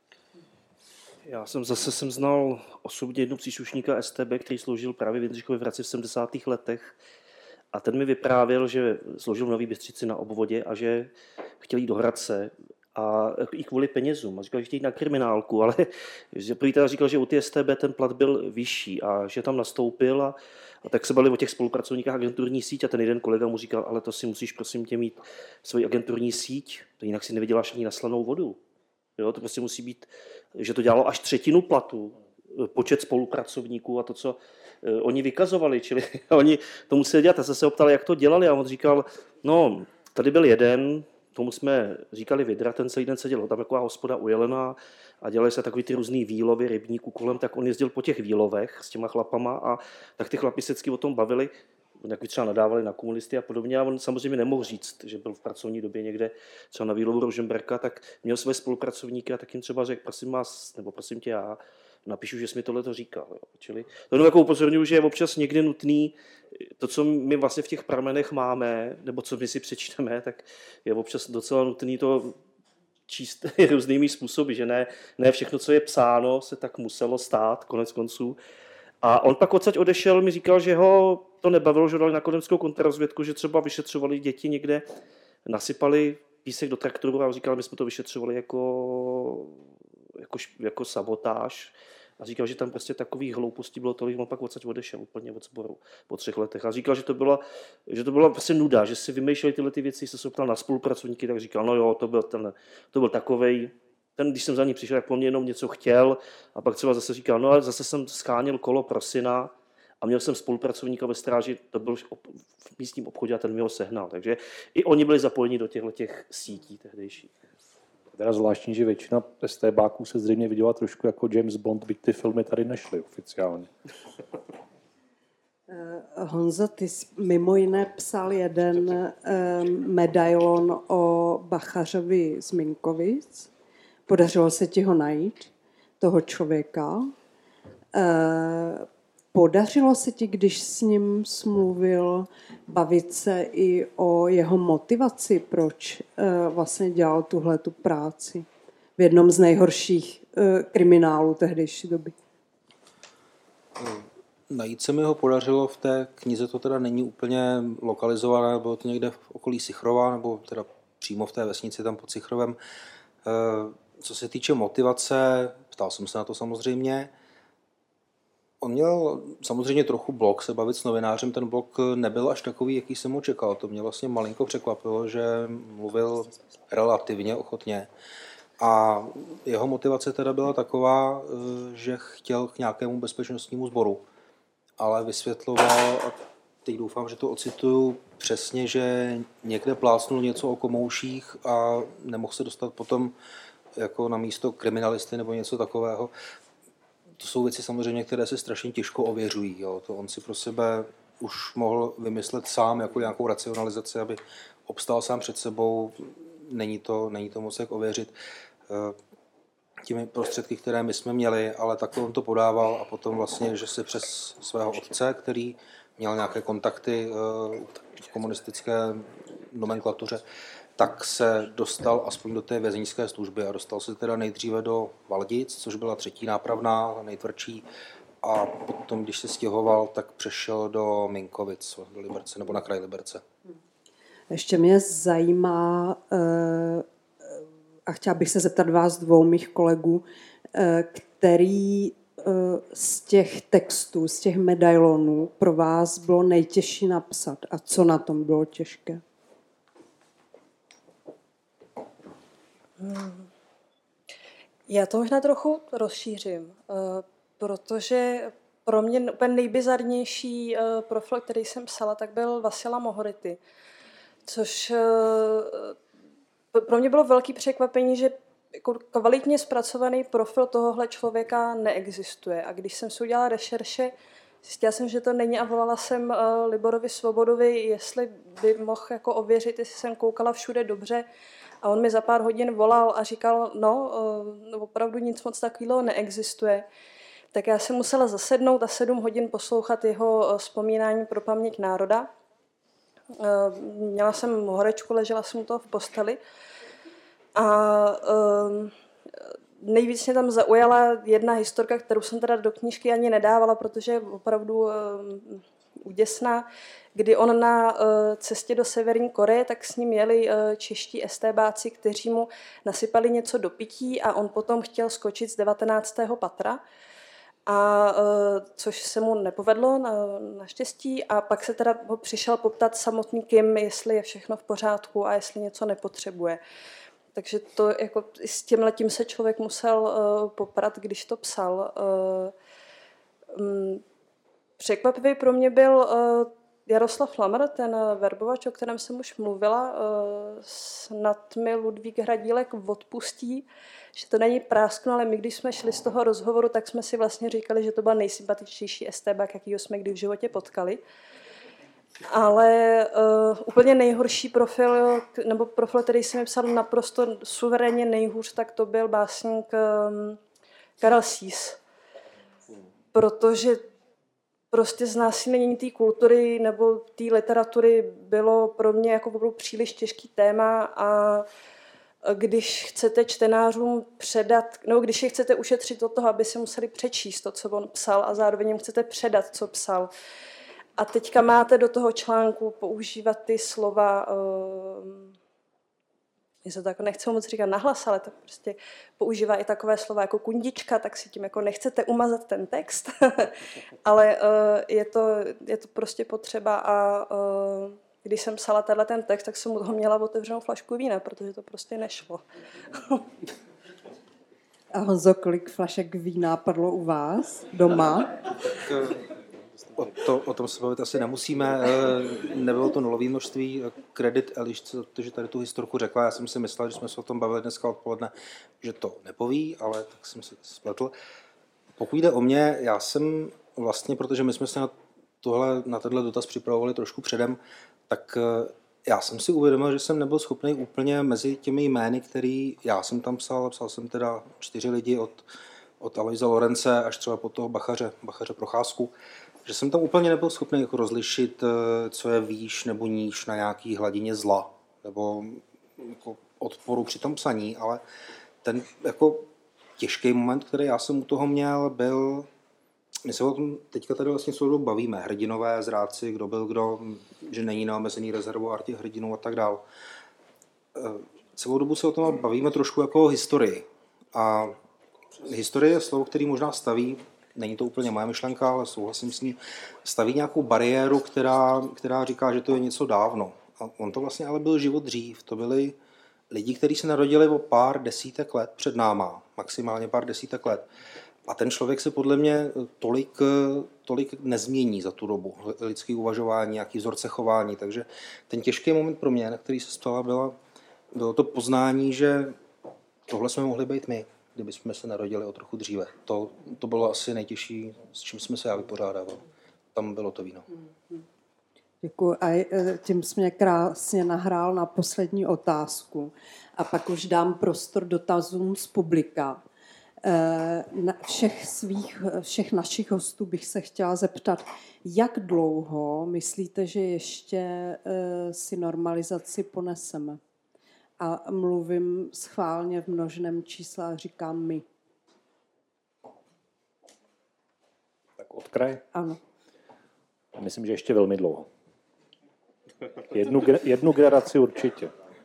[SPEAKER 5] Já jsem zase jsem znal osobně jednu příslušníka S T B, který sloužil právě v Jindřichově v Hradci v sedmdesátých letech. A ten mi vyprávěl, že sloužil v Nový Bystřici na obvodě a že chtěl jít do Hradce a i kvůli penězům. A říkal, že chtěl jít na kriminálku, ale že prý teda říkal, že u té S T B ten plat byl vyšší a že tam nastoupil a A tak se bavili o těch spolupracovníkách agenturní síť a ten jeden kolega mu říkal, ale to si musíš prosím tě mít svoji agenturní síť, to jinak si nevyděláš ani na slanou vodu. Jo, to prostě musí být, že to dělalo až třetinu platu, počet spolupracovníků a to, co uh, oni vykazovali, čili oni to museli dělat. A se se optali, jak to dělali a on říkal, no, tady byl jeden, tomu jsme říkali Vidra, ten celý den seděl tam taková hospoda u Jelena a dělali se takový ty různý výlovy rybníků kolem, tak on jezdil po těch výlovech s těma chlapama a tak ty chlapi se vždycky o tom bavili, jak třeba nadávali na komunisty a podobně, a on samozřejmě nemohl říct, že byl v pracovní době někde třeba na výlovu Rožemberka, tak měl své spolupracovníky a tak jim třeba řekl, prosím vás, nebo prosím tě já, napíšu, že jsi mi tohle to říkal. Jo. Čili to jenom jako upozorňuji, že je občas někdy nutný to, co my vlastně v těch pramenech máme, nebo co my si přečteme, tak je občas docela nutný to číst různými způsoby, že ne, ne všechno, co je psáno, se tak muselo stát, konec konců. A on pak odsaď odešel, mi říkal, že ho to nebavilo, že dali na kodemskou kontrarozvědku, že třeba vyšetřovali děti někde, nasypali písek do traktoru a říkal, my jsme to vyšetřovali jako, jako, jako sabotáž. A říkal, že tam prostě takových hloupostí bylo tolik, on pak odsaď odešel úplně od sboru po třech letech. A říkal, že to byla, že to byla prostě nuda, že si vymýšleli tyhle ty věci, se ptal na spolupracovníky, tak říkal, no jo, to byl, ten, to byl takovej. Ten, když jsem za ní přišel, tak po mně jenom něco chtěl a pak třeba zase říkal, no ale zase jsem scháněl kolo pro syna a měl jsem spolupracovníka ve stráži, to byl v místním obchodě a ten mi ho sehnal. Takže i oni byli zapojeni do těchto těch sítí tehdejších.
[SPEAKER 6] Teda zvláštní, že většina STBáků se zřejmě viděla trošku jako James Bond, byť ty filmy tady nešly oficiálně.
[SPEAKER 2] Honzo, ty jsi mimo jiné psal jeden um, medailon o Bachařovi z Minkovic. Podařilo se ti ho najít, toho člověka. Uh, podařilo se ti, když s ním smluvil, bavit se i o jeho motivaci, proč uh, vlastně dělal tuhletu práci v jednom z nejhorších uh, kriminálů tehdejší doby?
[SPEAKER 3] Najít se mi ho podařilo, v té knize to teda není úplně lokalizované, bylo to někde v okolí Sichrova, nebo teda přímo v té vesnici tam pod Cichrovem. Co se týče motivace, ptal jsem se na to samozřejmě. On měl samozřejmě trochu blok se bavit s novinářem, ten blok nebyl až takový, jaký jsem očekal. To mě vlastně malinko překvapilo, že mluvil relativně ochotně. A jeho motivace teda byla taková, že chtěl k nějakému bezpečnostnímu sboru. Ale vysvětloval, a teď doufám, že to ocituju přesně, že někde plácnul něco o komouších a nemohl se dostat potom jako na místo kriminalisty nebo něco takového. To jsou věci samozřejmě, které se strašně těžko ověřují. Jo. To on si pro sebe už mohl vymyslet sám jako nějakou racionalizaci, aby obstál sám před sebou. Není to, není to moc jak ověřit těmi prostředky, které my jsme měli, ale tak on to podával a potom vlastně, že se přes svého otce, který měl nějaké kontakty v komunistické nomenklatuře, tak se dostal aspoň do té vězeňské služby a dostal se teda nejdříve do Valdic, což byla třetí nápravná, nejtvrdší, a potom, když se stěhoval, tak přešel do Minkovic, do Liberce, nebo na kraj Liberce.
[SPEAKER 2] Ještě mě zajímá, a chtěla bych se zeptat vás dvou mých kolegů, který z těch textů, z těch medailonů pro vás bylo nejtěžší napsat a co na tom bylo těžké?
[SPEAKER 4] Hmm. Já to možná trochu rozšířím, protože pro mě úplně nejbizarnější profil, který jsem psala, tak byl Vasila Mohority, což pro mě bylo velké překvapení, že kvalitně zpracovaný profil tohohle člověka neexistuje. A když jsem si udělala rešerše, zjistila jsem, že to není a volala jsem Liborovi Svobodovi, jestli by mohl jako ověřit, jestli jsem koukala všude dobře. A on mi za pár hodin volal a říkal, no, opravdu nic moc takového neexistuje. Tak já jsem musela zasednout a sedm hodin poslouchat jeho vzpomínání pro paměť národa. Měla jsem horečku, ležela jsem u toho v posteli a nejvíc mě tam zaujala jedna historka, kterou jsem teda do knížky ani nedávala, protože je opravdu úděsná, kdy on na cestě do Severní Koreje, tak s ním jeli čeští estébáci, kteří mu nasypali něco do pití a on potom chtěl skočit z devatenáctého patra. A což se mu nepovedlo na, naštěstí a pak se teda přišel poptat samotný Kim, jestli je všechno v pořádku a jestli něco nepotřebuje. Takže to jako s tímhletím se člověk musel uh, poprat, když to psal. Uh, um, překvapivý pro mě byl uh, Jaroslav Lamr, ten verbovač, o kterém jsem už mluvila. Uh, snad mi Ludvík Hradílek odpustí, že to není práskno, ale my, když jsme šli z toho rozhovoru, tak jsme si vlastně říkali, že to byl nejsympatičtější estébák, jakýho jsme kdy v životě potkali. Ale uh, úplně nejhorší profil, nebo profil, který jsem mi psal naprosto suverénně nejhůř, tak to byl básník um, Karel Sís. Protože prostě znásilnění té kultury nebo té literatury bylo pro mě jako opravdu příliš těžký téma a když chcete čtenářům předat, nebo když je chcete ušetřit od toho, aby si museli přečíst to, co on psal a zároveň jim chcete předat, co psal. A teďka máte do toho článku používat ty slova, uh, je to tak, nechci moc říkat nahlas, ale to prostě používá i takové slova jako kundička, tak si tím jako nechcete umazat ten text, ale uh, je, to, je to prostě potřeba a uh, když jsem psala tenhle ten text, tak jsem u toho měla otevřenou flašku vína, protože to prostě nešlo.
[SPEAKER 2] A Honzo, kolik flašek vína padlo u vás doma?
[SPEAKER 3] O, to, o tom se bavit asi nemusíme. Nebylo to nulový množství. Kredit Elišce, protože tady tu historku řekla. Já jsem si myslel, že jsme se o tom bavili dneska odpoledne, že to nepoví, ale tak jsem si spletl. Pokud jde o mě, já jsem vlastně, protože my jsme se na, tohle, na tenhle dotaz připravovali trošku předem, tak já jsem si uvědomil, že jsem nebyl schopný úplně mezi těmi jmény, který já jsem tam psal, psal jsem teda čtyři lidi od, od Alojza Lorence až třeba po toho Bachaře, Bachaře Procházku, že jsem tam úplně nebyl schopný jako rozlišit, co je výš nebo níž na nějaký hladině zla nebo jako odporu při tom psaní, ale ten jako těžký moment, který já jsem u toho měl, byl, my se o tom teďka tady vlastně celou dobu bavíme, hrdinové, zrádci, kdo byl kdo, že není neomezený rezervoár těch hrdinů a tak dál. Celou dobu se o tom bavíme trošku jako o historii. A historie je slovo, který možná staví, není to úplně moje myšlenka, ale souhlasím s ní, staví nějakou bariéru, která, která říká, že to je něco dávno. A on to vlastně ale byl život dřív. To byli lidi, kteří se narodili o pár desítek let před náma, maximálně pár desítek let. A ten člověk se podle mě tolik, tolik nezmění za tu dobu. Lidský uvažování, nějaký vzorce chování. Takže ten těžký moment pro mě, na který se stala, byla, bylo to poznání, že tohle jsme mohli být my, kdyby jsme se narodili o trochu dříve. To, to bylo asi nejtěžší, s čím jsme se já vypořádával. Tam bylo to víno.
[SPEAKER 2] Děkuji. A tím jsi mě krásně nahrál na poslední otázku. A pak už dám prostor dotazům z publika. Na všech, svých, všech našich hostů bych se chtěla zeptat, jak dlouho myslíte, že ještě si normalizaci poneseme? A mluvím schválně v množném čísle a říkám my.
[SPEAKER 6] Tak od kraje?
[SPEAKER 2] Ano.
[SPEAKER 6] Já myslím, že ještě velmi dlouho. Jednu, jednu generaci určitě.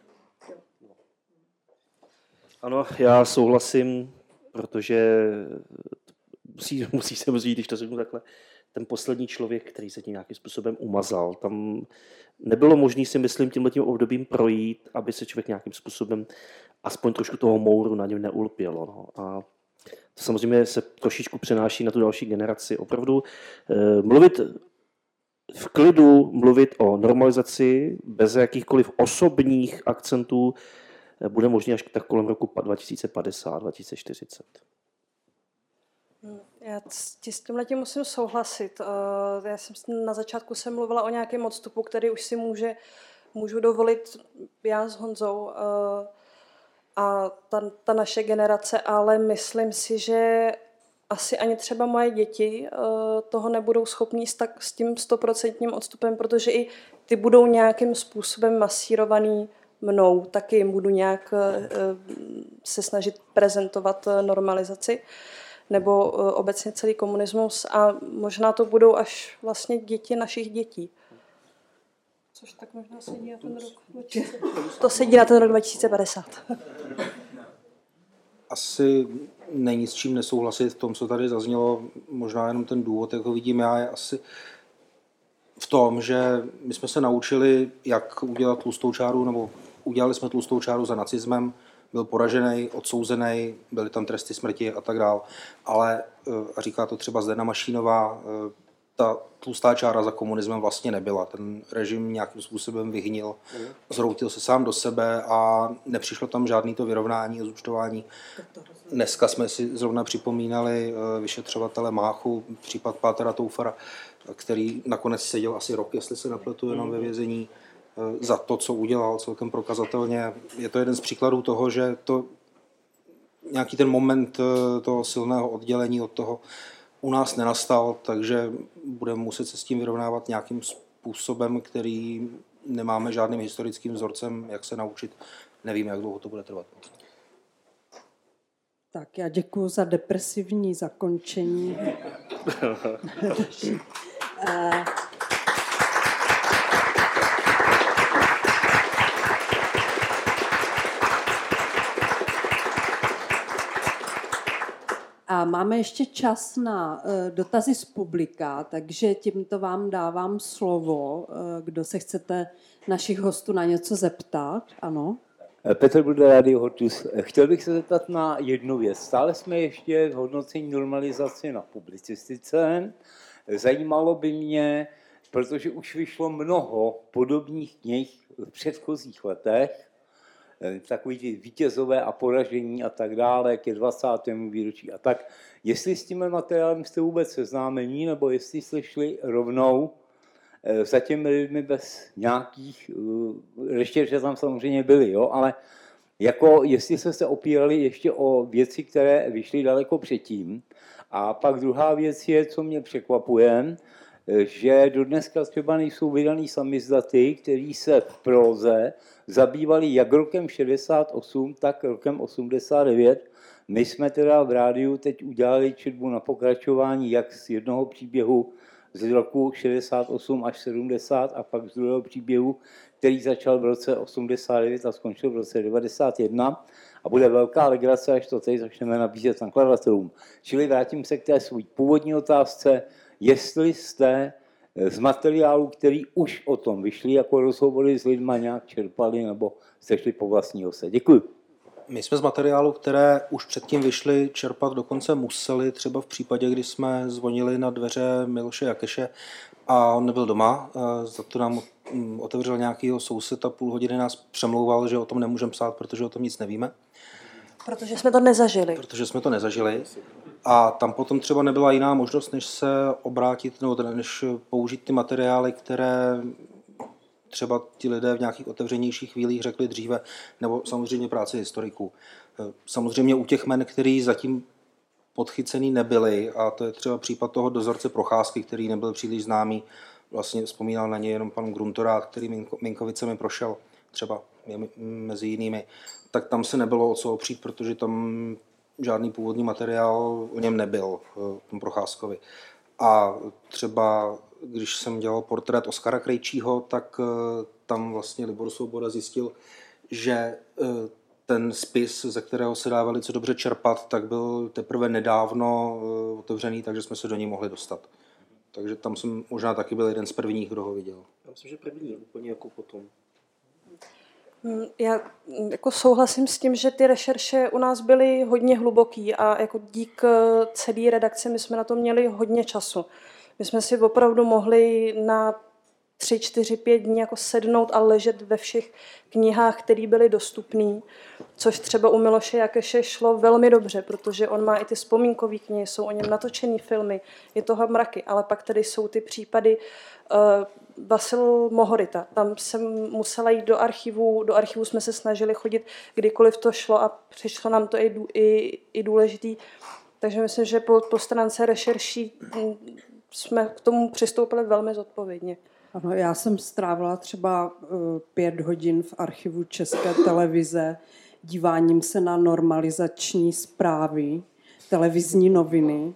[SPEAKER 5] Ano, já souhlasím, protože musí, musí se říct, když to řeknu takhle, ten poslední člověk, který se tím nějakým způsobem umazal, tam nebylo možné, si myslím, tímhletím obdobím projít, aby se člověk nějakým způsobem aspoň trošku toho mouru na něm neulpělo. No. A to samozřejmě se trošičku přenáší na tu další generaci. Opravdu eh, mluvit v klidu, mluvit o normalizaci bez jakýchkoliv osobních akcentů eh, bude možné až tak kolem roku dva tisíce padesát, dva tisíce čtyřicet.
[SPEAKER 4] Já s tímhletím musím souhlasit. Já jsem na začátku jsem mluvila o nějakém odstupu, který už si může, můžu dovolit já s Honzou a ta, ta naše generace, ale myslím si, že asi ani třeba moje děti toho nebudou schopní s, tak, s tím stoprocentním odstupem, protože i ty budou nějakým způsobem masírovaný mnou, taky jim budu nějak se snažit prezentovat normalizaci nebo obecně celý komunismus a možná to budou až vlastně děti našich dětí. Což tak možná sedí na ten rok dva tisíce padesát. To sedí na ten rok dva tisíce padesát.
[SPEAKER 3] Asi není s čím nesouhlasit v tom, co tady zaznělo. Možná jenom ten důvod, jak ho vidím já, je asi v tom, že my jsme se naučili, jak udělat tlustou čáru, nebo udělali jsme tlustou čáru za nacismem, byl poražený, odsouzený, byly tam tresty smrti a tak dál. Ale, a říká to třeba Zdena Mašínová, ta tlustá čára za komunismem vlastně nebyla. Ten režim nějakým způsobem vyhnil, zroutil se sám do sebe a nepřišlo tam žádný to vyrovnání a zúčtování. Dneska jsme si zrovna připomínali vyšetřovatele Máchu, případ Pátera Toufara, který nakonec seděl asi rok, jestli se nepletu, jenom ve vězení za to, co udělal celkem prokazatelně. Je to jeden z příkladů toho, že to nějaký ten moment toho silného oddělení od toho u nás nenastal, takže budeme muset se s tím vyrovnávat nějakým způsobem, který nemáme žádným historickým vzorcem, jak se naučit. Nevím, jak dlouho to bude trvat.
[SPEAKER 2] Tak já děkuji za depresivní zakončení. A máme ještě čas na dotazy z publika, takže tímto vám dávám slovo, kdo se chcete našich hostů na něco zeptat. Ano.
[SPEAKER 8] Petr Budl, Radio Hortus. Chtěl bych se zeptat na jednu věc. Stále jsme ještě v hodnocení normalizace na publicistice. Zajímalo by mě, protože už vyšlo mnoho podobných knih v předchozích letech, takový ty vítězové a poražení a tak dále, ke dvacátému výročí a tak. Jestli s tím materiálem jste vůbec seznámení, nebo jestli jste šli rovnou za těmi lidmi bez nějakých reštěrče tam samozřejmě byly, jo, ale jako jestli jste se opírali ještě o věci, které vyšly daleko předtím. A pak druhá věc je, co mě překvapuje, že dodneska třeba nejsou vydaný samizdaty, který se v próze zabývali jak rokem šedesát osm, tak rokem osmdesát devět. My jsme teda v rádiu teď udělali četbu na pokračování jak z jednoho příběhu z roku šedesát osm až sedmdesát a pak z druhého příběhu, který začal v roce osmdesát devět a skončil v roce devadesát jedna a bude velká legrace, až to tady začneme nabízet nakladatelům. Čili vrátím se k té své původní otázce, jestli jste z materiálu, který už o tom vyšli, jako rozhovory s lidma nějak čerpali, nebo jste šli po vlastní ose. Děkuji.
[SPEAKER 3] My jsme z materiálu, které už předtím vyšly, čerpat dokonce museli, třeba v případě, kdy jsme zvonili na dveře Miloše Jakeše a on nebyl doma, za to nám otevřel nějakýho soused a půl hodiny nás přemlouval, že o tom nemůžeme psát, protože o tom nic nevíme.
[SPEAKER 4] Protože jsme to nezažili.
[SPEAKER 3] Protože jsme to nezažili. A tam potom třeba nebyla jiná možnost, než se obrátit, nebo než použít ty materiály, které třeba ti lidé v nějakých otevřenějších chvílích řekli dříve, nebo samozřejmě práci historiků. Samozřejmě u těch men, který zatím podchycený nebyli, a to je třeba případ toho dozorce Procházky, který nebyl příliš známý, vlastně vzpomínal na něj jenom pan Gruntorát, který Minkovicemi prošel třeba mezi jinými, tak tam se nebylo o co opřít, protože tam žádný původní materiál o něm nebyl, o tom Procházkovi. A třeba když jsem dělal portrét Oskara Krejčího, tak tam vlastně Libor Svoboda zjistil, že ten spis, ze kterého se dá velice dobře čerpat, tak byl teprve nedávno otevřený, takže jsme se do něj mohli dostat. Takže tam jsem možná taky byl jeden z prvních, kdo ho viděl.
[SPEAKER 5] Já myslím, že první, úplně jako potom.
[SPEAKER 4] Já jako souhlasím s tím, že ty rešerše u nás byly hodně hluboký a jako dík celé redakci my jsme na to měli hodně času. My jsme si opravdu mohli na tři, čtyři, pět dní jako sednout a ležet ve všech knihách, které byly dostupné, což třeba u Miloše Jakeše šlo velmi dobře, protože on má i ty vzpomínkové knihy, jsou o něm natočené filmy, je toho mraky, ale pak tady jsou ty případy uh, Vasil Mohorita. Tam jsem musela jít do archivu, do archivu jsme se snažili chodit, kdykoliv to šlo a přišlo nám to i, i, i důležitý. Takže myslím, že po, po stránce rešerší jsme k tomu přistoupili velmi zodpovědně.
[SPEAKER 2] Ano, já jsem strávila třeba pět hodin v archivu České televize díváním se na normalizační zprávy, televizní noviny.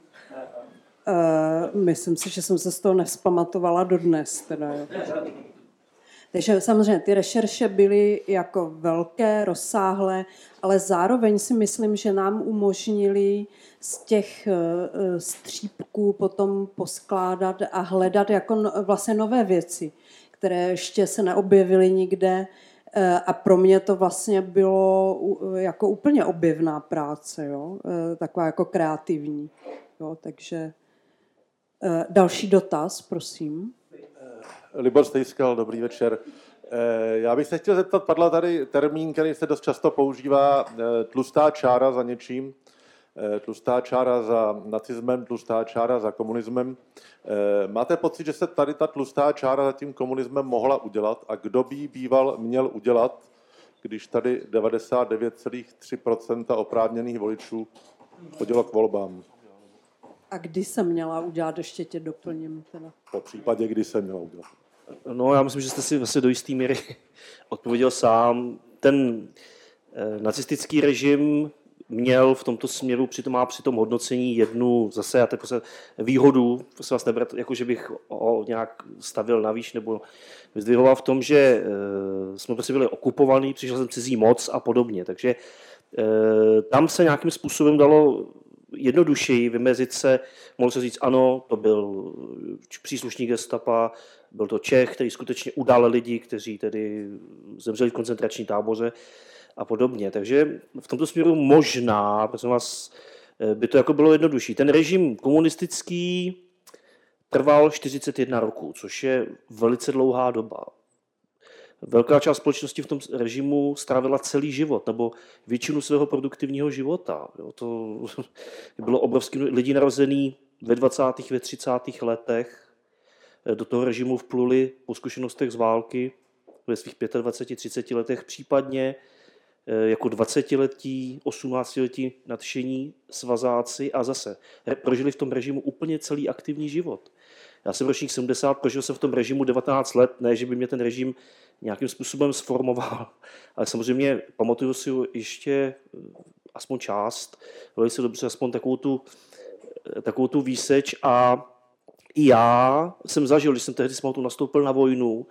[SPEAKER 2] Myslím si, že jsem se z toho nevzpamatovala dodnes. Teda, jo. Takže samozřejmě ty rešerše byly jako velké, rozsáhlé, ale zároveň si myslím, že nám umožnili z těch střípků potom poskládat a hledat jako vlastně nové věci, které ještě se neobjevily nikde. A pro mě to vlastně bylo jako úplně objevná práce, jo? Taková jako kreativní. Jo? Takže další dotaz, prosím.
[SPEAKER 9] Libor Stejskal, dobrý večer. Já bych se chtěl zeptat, padla tady termín, který se dost často používá, tlustá čára za něčím, tlustá čára za nacismem, tlustá čára za komunismem. Máte pocit, že se tady ta tlustá čára za tím komunismem mohla udělat a kdo by ji býval měl udělat, když tady devadesát devět celá tři procenta oprávněných voličů chodilo k volbám?
[SPEAKER 2] A kdy se měla udělat, ještě tě doplním. Teda.
[SPEAKER 9] Po případě, kdy se měla udělat.
[SPEAKER 5] No, já myslím, že jste si vlastně do jisté míry odpověděl sám. Ten eh, nacistický režim měl v tomto směru, přitom má při tom hodnocení jednu zase já prostě výhodu, se vás nebrat, jako že bych ho nějak stavil navíc nebo vyzdvihoval v tom, že eh, jsme prostě byli okupovaní, přišel jsem cizí moc a podobně. Takže eh, tam se nějakým způsobem dalo jednodušeji vymezit se, mohl se říct, ano, to byl příslušník gestapa, byl to Čech, který skutečně udal lidi, kteří tedy zemřeli v koncentrační táboře a podobně. Takže v tomto směru možná, prosím vás, by to jako bylo jednodušší. Ten režim komunistický trval čtyřicet jedna roků, což je velice dlouhá doba. Velká část společnosti v tom režimu strávila celý život, nebo většinu svého produktivního života. Jo, to bylo obrovský lidi narozený ve dvacátých, ve třicátých letech. Do toho režimu vpluli po zkušenostech z války ve svých dvaceti pěti, třiceti letech, případně jako dvacetiletí, osmnáctiletí nadšení svazáci a zase prožili v tom režimu úplně celý aktivní život. Já jsem ročník sedmdesát, prožil jsem v tom režimu devatenáct let, ne, že by mě ten režim nějakým způsobem sformoval, ale samozřejmě pamatuju si ještě aspoň část, velice dobře aspoň takovou tu, takovou tu výseč a i já jsem zažil, když jsem tehdy nastoupil na vojnu,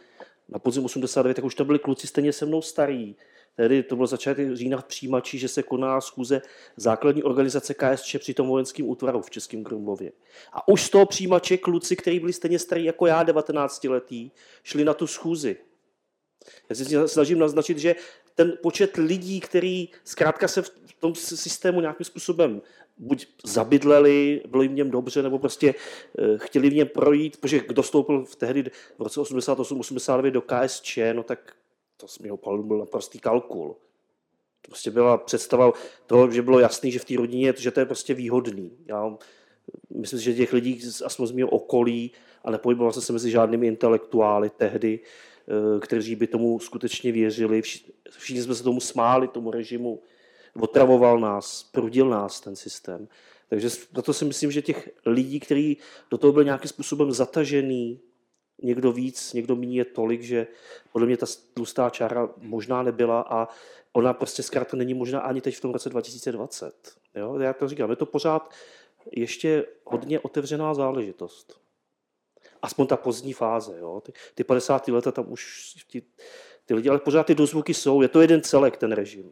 [SPEAKER 5] na podzim osmdesát devět, tak už to byli kluci stejně se mnou starý. Tedy to byl začátek října v Přijímači, že se koná schůze základní organizace K S Č při tom vojenském útvaru v Českém Krumlově. A už z toho Přijímače kluci, kteří byli stejně starí jako já, devatenáctiletí, šli na tu schůzi. Já si snažím naznačit, že ten počet lidí, který zkrátka se v tom systému nějakým způsobem buď zabydleli, bylo jim v něm dobře, nebo prostě chtěli v něm projít, protože kdo vstoupil v tehdy v roce osmdesát osm osmdesát devět do K S Č, no tak to z mého pohledu byl naprostý kalkul. To prostě byla představa toho, že bylo jasný, že v té rodině, že to je prostě výhodný. Já myslím, že těch lidí, aspoň z mého okolí, a nepohyboval jsem se mezi žádnými intelektuály tehdy, kteří by tomu skutečně věřili. Všichni jsme se tomu smáli, tomu režimu. Otravoval nás, prudil nás ten systém. Takže proto si myslím, že těch lidí, kteří do toho byli nějakým způsobem zatažený, někdo víc, někdo méně je tolik, že podle mě ta tlustá čára možná nebyla a ona prostě zkrátka není možná ani teď v tom roce dva tisíce dvacet. Jo? Já to říkám, je to pořád ještě hodně otevřená záležitost. Aspoň ta pozdní fáze. Jo? Ty, ty padesátá leta tam už ty, ty lidi, ale pořád ty dozvuky jsou. Je to jeden celek, ten režim.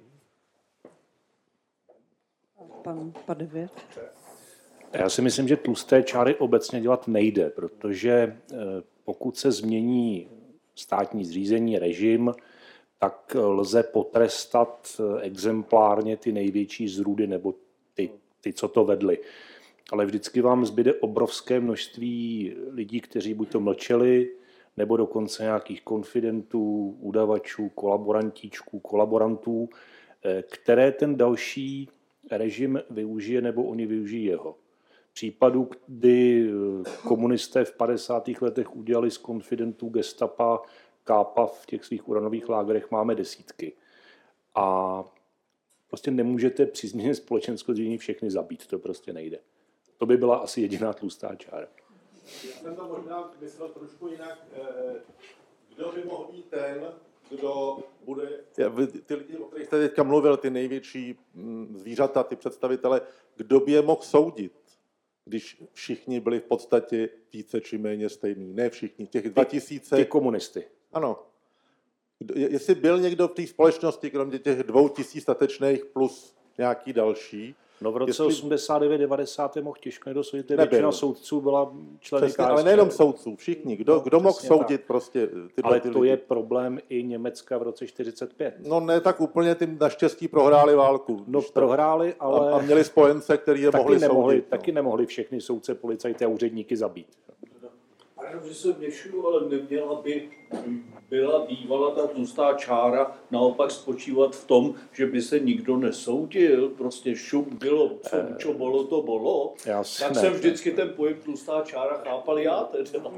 [SPEAKER 2] Pan Padevět.
[SPEAKER 6] Já si myslím, že tlusté čáry obecně dělat nejde, protože pokud se změní státní zřízení, režim, tak lze potrestat exemplárně ty největší zrůdy nebo ty, ty, co to vedli. Ale vždycky vám zbyde obrovské množství lidí, kteří buď to mlčeli, nebo dokonce nějakých konfidentů, udavačů, kolaborantíčků, kolaborantů, které ten další režim využije nebo oni využijí jeho. Případů, kdy komunisté v padesátých letech udělali z konfidentů gestapa kápa v těch svých uranových lágrech, máme desítky. A prostě nemůžete při změně společenského zřízení všechny zabít, to prostě nejde. To by byla asi jediná tlustá čára.
[SPEAKER 9] Já jsem to možná myslel trošku jinak. Kdo by mohl být ten, kdo bude... Ty lidi, o kterých jste teďka mluvil, ty největší zvířata, ty představitele, kdo by je mohl soudit, když všichni byli v podstatě více či méně stejní? Ne všichni, těch dva tisíce...
[SPEAKER 6] Ty komunisty.
[SPEAKER 9] Ano. Jestli byl někdo v té společnosti, kromě těch dvou tisíc statečných plus nějaký další...
[SPEAKER 6] No v roce
[SPEAKER 9] jestli...
[SPEAKER 6] osmdesát devět devadesát mohl těžko někdo soudit, většina soudců byla členy K S Č.
[SPEAKER 9] Ale nejenom soudců, všichni. Kdo,
[SPEAKER 6] no,
[SPEAKER 9] kdo mohl soudit tak. prostě ty
[SPEAKER 6] Ale
[SPEAKER 9] ty
[SPEAKER 6] to
[SPEAKER 9] lidi?
[SPEAKER 6] je problém i Německa v roce čtyřicet pět.
[SPEAKER 9] No ne, tak úplně tím naštěstí prohráli válku.
[SPEAKER 6] No prohráli, ale...
[SPEAKER 9] A, a měli spojence, který je
[SPEAKER 6] taky
[SPEAKER 9] mohli
[SPEAKER 6] nemohli,
[SPEAKER 9] soudit.
[SPEAKER 6] Taky
[SPEAKER 9] no.
[SPEAKER 6] nemohli všechny soudce, policajty a úředníky zabít.
[SPEAKER 10] Pardon, že se vměšuju, ale neměla by byla bývala ta tlustá čára naopak spočívat v tom, že by se nikdo nesoudil, prostě šup bylo, co, čo bolo, to bolo.
[SPEAKER 6] Já
[SPEAKER 10] tak
[SPEAKER 6] ne,
[SPEAKER 10] jsem vždycky ten pojem tlustá čára chápal já teda.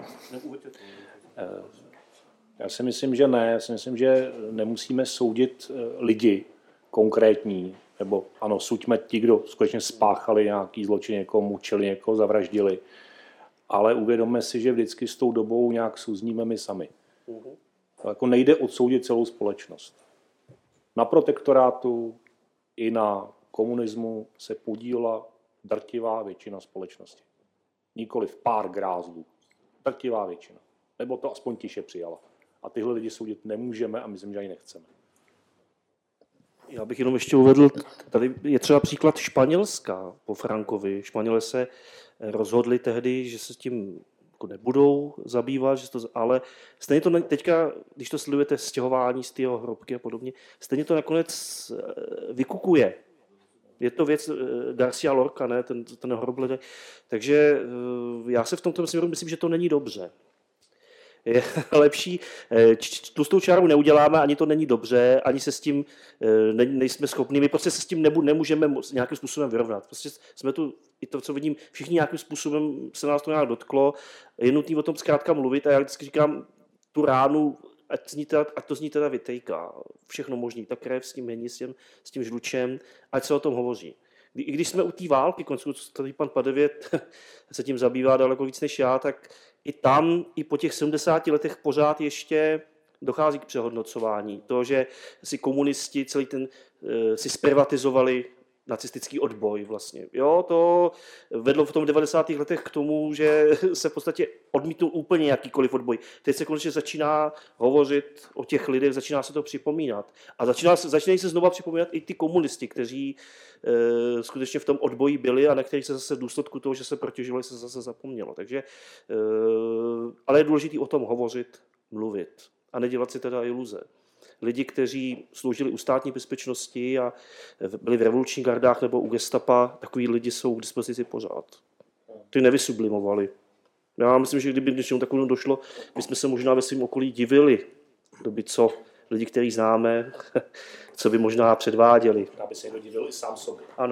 [SPEAKER 6] Já si myslím, že ne. Já si myslím, že nemusíme soudit lidi konkrétní, nebo ano, suďme ti, kdo skutečně spáchali nějaký zločin, někoho mučili, někoho zavraždili. Ale uvědomme si, že vždycky s tou dobou nějak souzníme my sami. Uh-huh. Jako nejde odsoudit celou společnost. Na protektorátu i na komunismu se podílela drtivá většina společnosti. Nikoliv pár grázlů. Drtivá většina. Nebo to aspoň tiše přijala. A tyhle lidi soudit nemůžeme a myslím, že ani nechceme.
[SPEAKER 5] Já bych jenom ještě uvedl, tady je třeba příklad Španělska po Frankovi. Španělé se rozhodli tehdy, že se tím jako nebudou zabývat, že to, ale stejně to teďka, když to sledujete stěhování z tého hrobky a podobně, stejně to nakonec vykukuje. Je to věc Garcia Lorca, ne, ten, ten hrob. Takže já se v tomto směru myslím, že to není dobře. Je lepší, tlustou čáru neuděláme, ani to není dobře, ani se s tím ne, nejsme schopni, my prostě se s tím nebu, nemůžeme nějakým způsobem vyrovnat. Prostě jsme tu, i to, co vidím, všichni nějakým způsobem se nás to nějak dotklo, je nutné o tom zkrátka mluvit a já vždycky říkám, tu ránu, ať, zní teda, ať to zní teda vytejká, všechno možný, ta krev s tím hnistěm, s tím žlučem, ať se o tom hovoří. I když jsme u té války, koncu tady pan Padevět se tím zabývá daleko víc než já, tak i tam, i po těch sedmdesáti letech pořád ještě dochází k přehodnocování. To, že si komunisti celý ten si zprivatizovali nacistický odboj vlastně. Jo, to vedlo v tom devadesátých letech k tomu, že se v podstatě odmítnul úplně jakýkoliv odboj. Teď se konečně začíná hovořit o těch lidech, začíná se to připomínat. A začíná, začínají se znova připomínat i ty komunisti, kteří e, skutečně v tom odboji byli a na kterých se zase v důsledku toho, že se protěžovali, se zase zapomnělo. Takže, e, ale je důležité o tom hovořit, mluvit a nedělat si teda iluze. Lidi, kteří sloužili u státní bezpečnosti a byli v revolučních gardách nebo u gestapa, takový lidi jsou k dispozici pořád. Ty nevysublimovali. Já myslím, že kdyby něčemu takovému došlo, my jsme se možná ve svém okolí divili, doby co lidi, který známe, co by možná předváděli.
[SPEAKER 6] Aby se někdo divil i sám sobě.
[SPEAKER 5] Ano.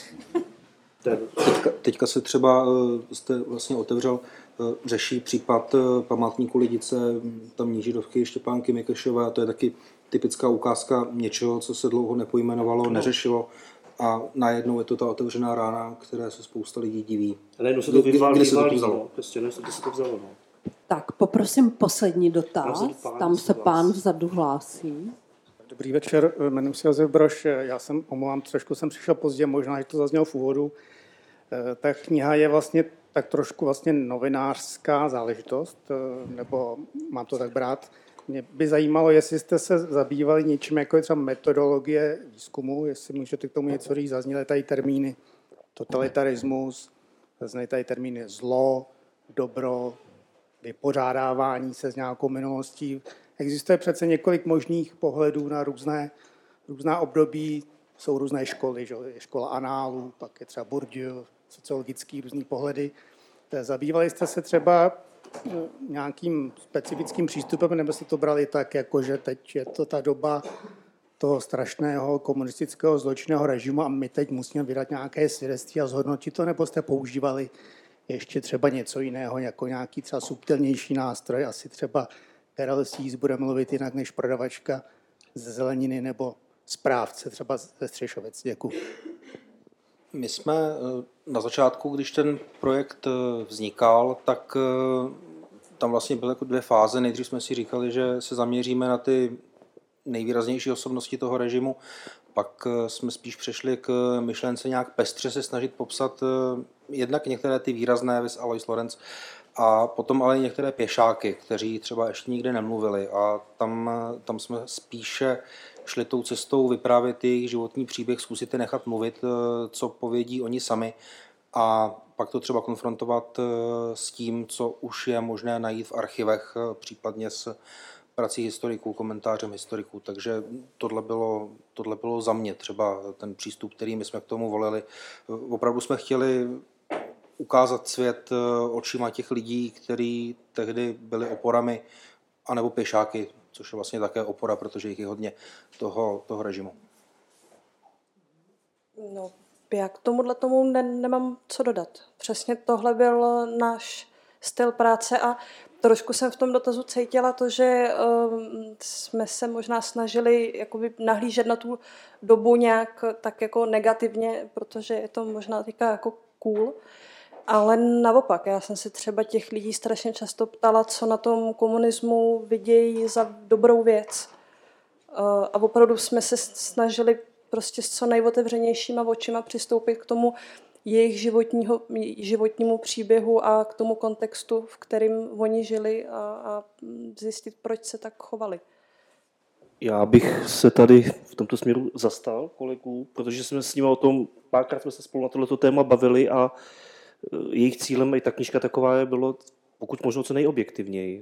[SPEAKER 3] Teďka, teďka se třeba jste vlastně otevřel, řeší případ památníku Lidice, tamní židovky Štěpánky Mikešové, a to je taky typická ukázka něčeho, co se dlouho nepojmenovalo, no. neřešilo, a najednou je to ta otevřená rána, které se spousta lidí diví.
[SPEAKER 5] A najednou se to vyválí,
[SPEAKER 3] kdy se to vzalo?
[SPEAKER 5] No, prostě, ne, kdy se to vzalo, no.
[SPEAKER 2] Tak, poprosím poslední dotaz.
[SPEAKER 5] Pán,
[SPEAKER 2] Tam se pán vzadu hlásí.
[SPEAKER 11] Dobrý večer, jmenuji se Josef Brož. Já jsem, omlouvám, trošku jsem přišel pozdě, možná, že to zaznělo v úvodu. Ta kniha je vlastně tak trošku vlastně novinářská záležitost, nebo mám to tak brát. Mě by zajímalo, jestli jste se zabývali něčím, jako je třeba metodologie výzkumu, jestli můžete k tomu něco říct, zazněly tady termíny totalitarismus, zazněly tady termíny zlo, dobro, vypořádávání se s nějakou minulostí. Existuje přece několik možných pohledů na různé, různá období, jsou různé školy, že? Je škola análu, pak je třeba Bourdieu, sociologický různý pohledy. Zabývali jste se třeba nějakým specifickým přístupem, nebo jste to brali tak, jako že teď je to ta doba toho strašného komunistického zločinného režimu a my teď musíme vydat nějaké svědectví a zhodnotit to, nebo jste používali ještě třeba něco jiného, jako nějaký třeba subtilnější nástroj, asi třeba Karel Sís bude mluvit jinak než prodavačka ze zeleniny nebo správce třeba ze Střešovec. Děkuji.
[SPEAKER 3] My jsme na začátku, když ten projekt vznikal, tak tam vlastně byly jako dvě fáze. Nejdřív jsme si říkali, že se zaměříme na ty nejvýraznější osobnosti toho režimu, pak jsme spíš přešli k myšlence nějak pestře se snažit popsat jednak některé ty výrazné, vis Alois Lorenz, a potom ale některé pěšáky, kteří třeba ještě nikdy nemluvili, a tam, tam jsme spíše šli tou cestou vyprávět jejich životní příběh, zkusit je nechat mluvit, co povědí oni sami, a pak to třeba konfrontovat s tím, co už je možné najít v archivech, případně s prací historiků, komentářem historiků. Takže tohle bylo, tohle bylo za mě třeba ten přístup, který my jsme k tomu volili. Opravdu jsme chtěli ukázat svět očima těch lidí, kteří tehdy byli oporami, anebo pěšáky, což je vlastně také opora, protože jich je hodně toho, toho režimu.
[SPEAKER 4] No, já k tomuhle tomu ne, nemám co dodat. Přesně tohle byl náš styl práce a trošku jsem v tom dotazu cítila to, že uh, jsme se možná snažili jakoby nahlížet na tu dobu nějak tak jako negativně, protože je to možná teďka jako cool. Ale naopak, já jsem se třeba těch lidí strašně často ptala, co na tom komunismu vidějí za dobrou věc. A opravdu jsme se snažili prostě s co nejotevřenějšíma očima přistoupit k tomu jejich životního, životnímu příběhu a k tomu kontextu, v kterém oni žili, a, a zjistit, proč se tak chovali.
[SPEAKER 5] Já bych se tady v tomto směru zastal kolegů, protože jsme s nimi o tom, párkrát jsme se spolu na tohleto téma bavili a jejich cílem i ta knížka taková je bylo, pokud možno co nejobjektivněji.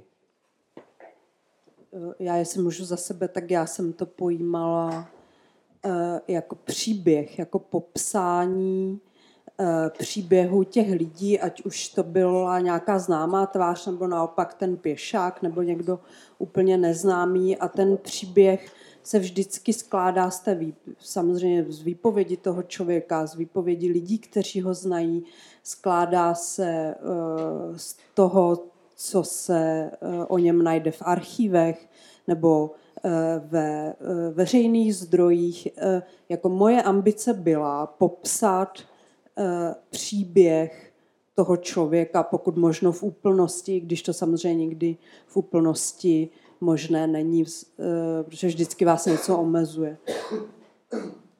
[SPEAKER 2] Já jestli můžu za sebe, tak já jsem to pojímala jako příběh, jako popsání příběhu těch lidí, ať už to byla nějaká známá tvář, nebo naopak ten pěšák, nebo někdo úplně neznámý, a ten příběh se vždycky skládá z té výp- samozřejmě z výpovědi toho člověka, z výpovědi lidí, kteří ho znají, skládá se uh, z toho, co se uh, o něm najde v archívech nebo uh, ve uh, veřejných zdrojích. Uh, jako moje ambice byla popsat uh, příběh toho člověka, pokud možno v úplnosti, když to samozřejmě nikdy v úplnosti možné není, protože vždycky vás něco omezuje.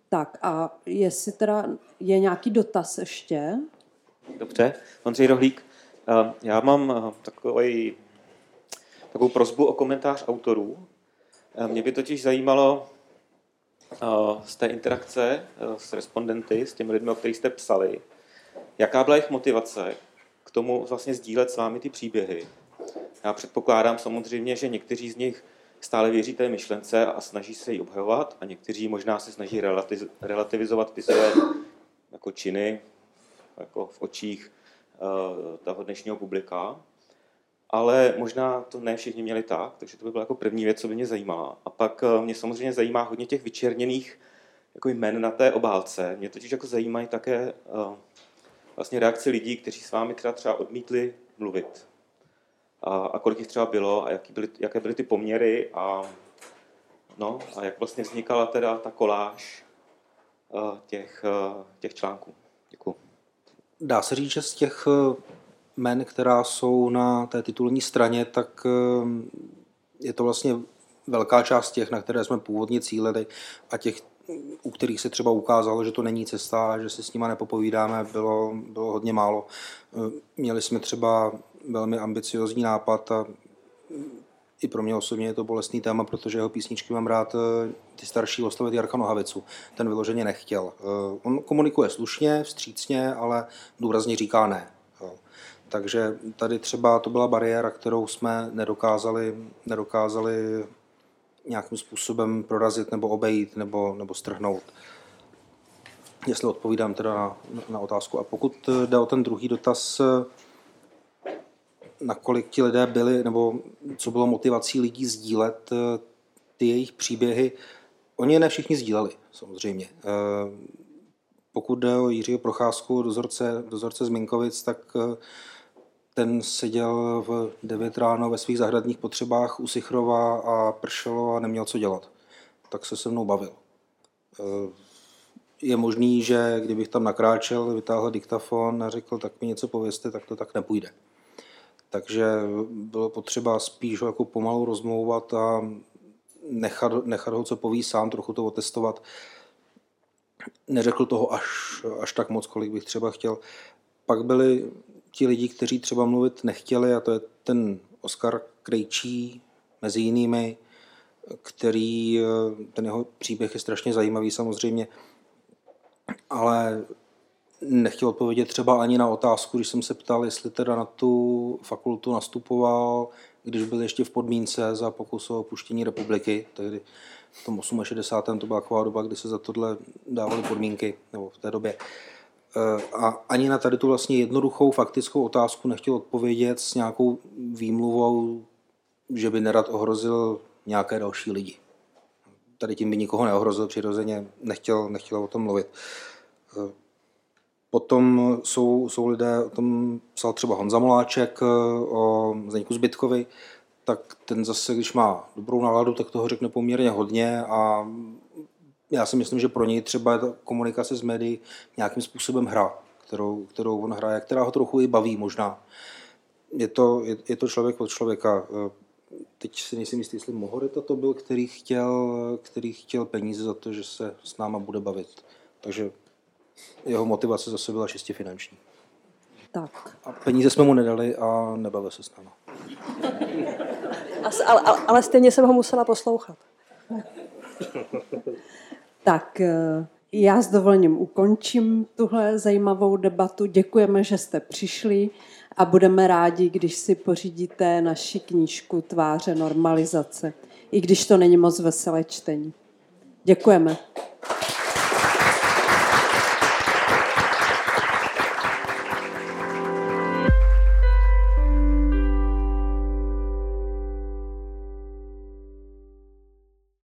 [SPEAKER 2] Tak a jestli teda je nějaký dotaz ještě?
[SPEAKER 12] Dobře, Ondřej Rohlík. Já mám takový, takovou prosbu o komentář autorů. Mě by totiž zajímalo z té interakce s respondenty, s těmi lidmi, o kterých jste psali, jaká byla jejich motivace k tomu vlastně sdílet s vámi ty příběhy. Já předpokládám samozřejmě, že někteří z nich stále věří té myšlence a snaží se ji obhajovat a někteří možná se snaží relativizovat ty své jako činy jako v očích uh, toho dnešního publika. Ale možná to ne všichni měli tak, takže to by byla jako první věc, co by mě zajímala. A pak uh, mě samozřejmě zajímá hodně těch vyčerněných jako jmen na té obálce. Mě totiž jako zajímají také uh, vlastně reakce lidí, kteří s vámi třeba, třeba odmítli mluvit. A, a kolik jich třeba bylo a jaký byly, jaké byly ty poměry a, no, a jak vlastně vznikala teda ta koláž uh, těch, uh, těch článků. Děkuji.
[SPEAKER 3] Dá se říct, že z těch jmen, která jsou na té titulní straně, tak je to vlastně velká část těch, na které jsme původně cílili a těch, u kterých se třeba ukázalo, že to není cesta, že si s nima nepopovídáme, bylo, bylo hodně málo. Měli jsme třeba velmi ambiciozní nápad a i pro mě osobně je to bolestný téma, protože jeho písničky mám rád ty starší oslovit Jarka Nohavicu. Ten vyloženě nechtěl. On komunikuje slušně, vstřícně, ale důrazně říká ne. Takže tady třeba to byla bariéra, kterou jsme nedokázali, nedokázali nějakým způsobem prorazit nebo obejít nebo, nebo strhnout. Jestli odpovídám teda na, na otázku. A pokud jde o ten druhý dotaz, nakolik ti lidé byli, nebo co bylo motivací lidí sdílet ty jejich příběhy. Oni je ne všichni sdíleli, samozřejmě. Pokud jde o Jiřího Procházku, dozorce, dozorce z Minkovic, tak ten seděl v devět ráno ve svých zahradních potřebách u Sichrova a pršelo a neměl co dělat. Tak se se mnou bavil. Je možný, že kdybych tam nakráčel, vytáhl diktafon a řekl, tak mi něco povězte, tak to tak nepůjde. Takže bylo potřeba spíš ho jako pomalu rozmlouvat a nechat, nechat ho, co poví sám, trochu to otestovat. Neřekl toho až, až tak moc, kolik bych třeba chtěl. Pak byli ti lidi, kteří třeba mluvit nechtěli, a to je ten Oskar Krejčí, mezi jinými, který, ten jeho příběh je strašně zajímavý samozřejmě, ale nechtěl odpovědět třeba ani na otázku, když jsem se ptal, jestli teda na tu fakultu nastupoval, když byl ještě v podmínce za pokus o opuštění republiky, tehdy v tom šedesátém osmém to byla taková doba, kdy se za tohle dávaly podmínky, nebo v té době. A ani na tady tu vlastně jednoduchou faktickou otázku nechtěl odpovědět s nějakou výmluvou, že by nerad ohrozil nějaké další lidi. Tady tím by nikoho neohrozil, přirozeně nechtěl, nechtěl o tom mluvit. Potom jsou, jsou lidé, o tom psal třeba Honza Moláček, o Zdeňku Zbytkovi, tak ten zase, když má dobrou náladu, tak toho řekne poměrně hodně a já si myslím, že pro něj třeba je ta komunikace s médií nějakým způsobem hra, kterou, kterou on hraje, která ho trochu i baví možná. Je to, je, je to člověk od člověka. Teď si nejsem jistý, jestli Mohoreta to byl, který chtěl, který chtěl peníze za to, že se s náma bude bavit. Takže jeho motivace zase byla čistě finanční.
[SPEAKER 2] Tak.
[SPEAKER 3] A peníze jsme mu nedali a nebavil se s náma.
[SPEAKER 4] Ale, ale, ale stejně jsem ho musela poslouchat.
[SPEAKER 2] Tak já s dovolením ukončím tuhle zajímavou debatu. Děkujeme, že jste přišli a budeme rádi, když si pořídíte naši knížku Tváře normalizace, i když to není moc veselé čtení. Děkujeme.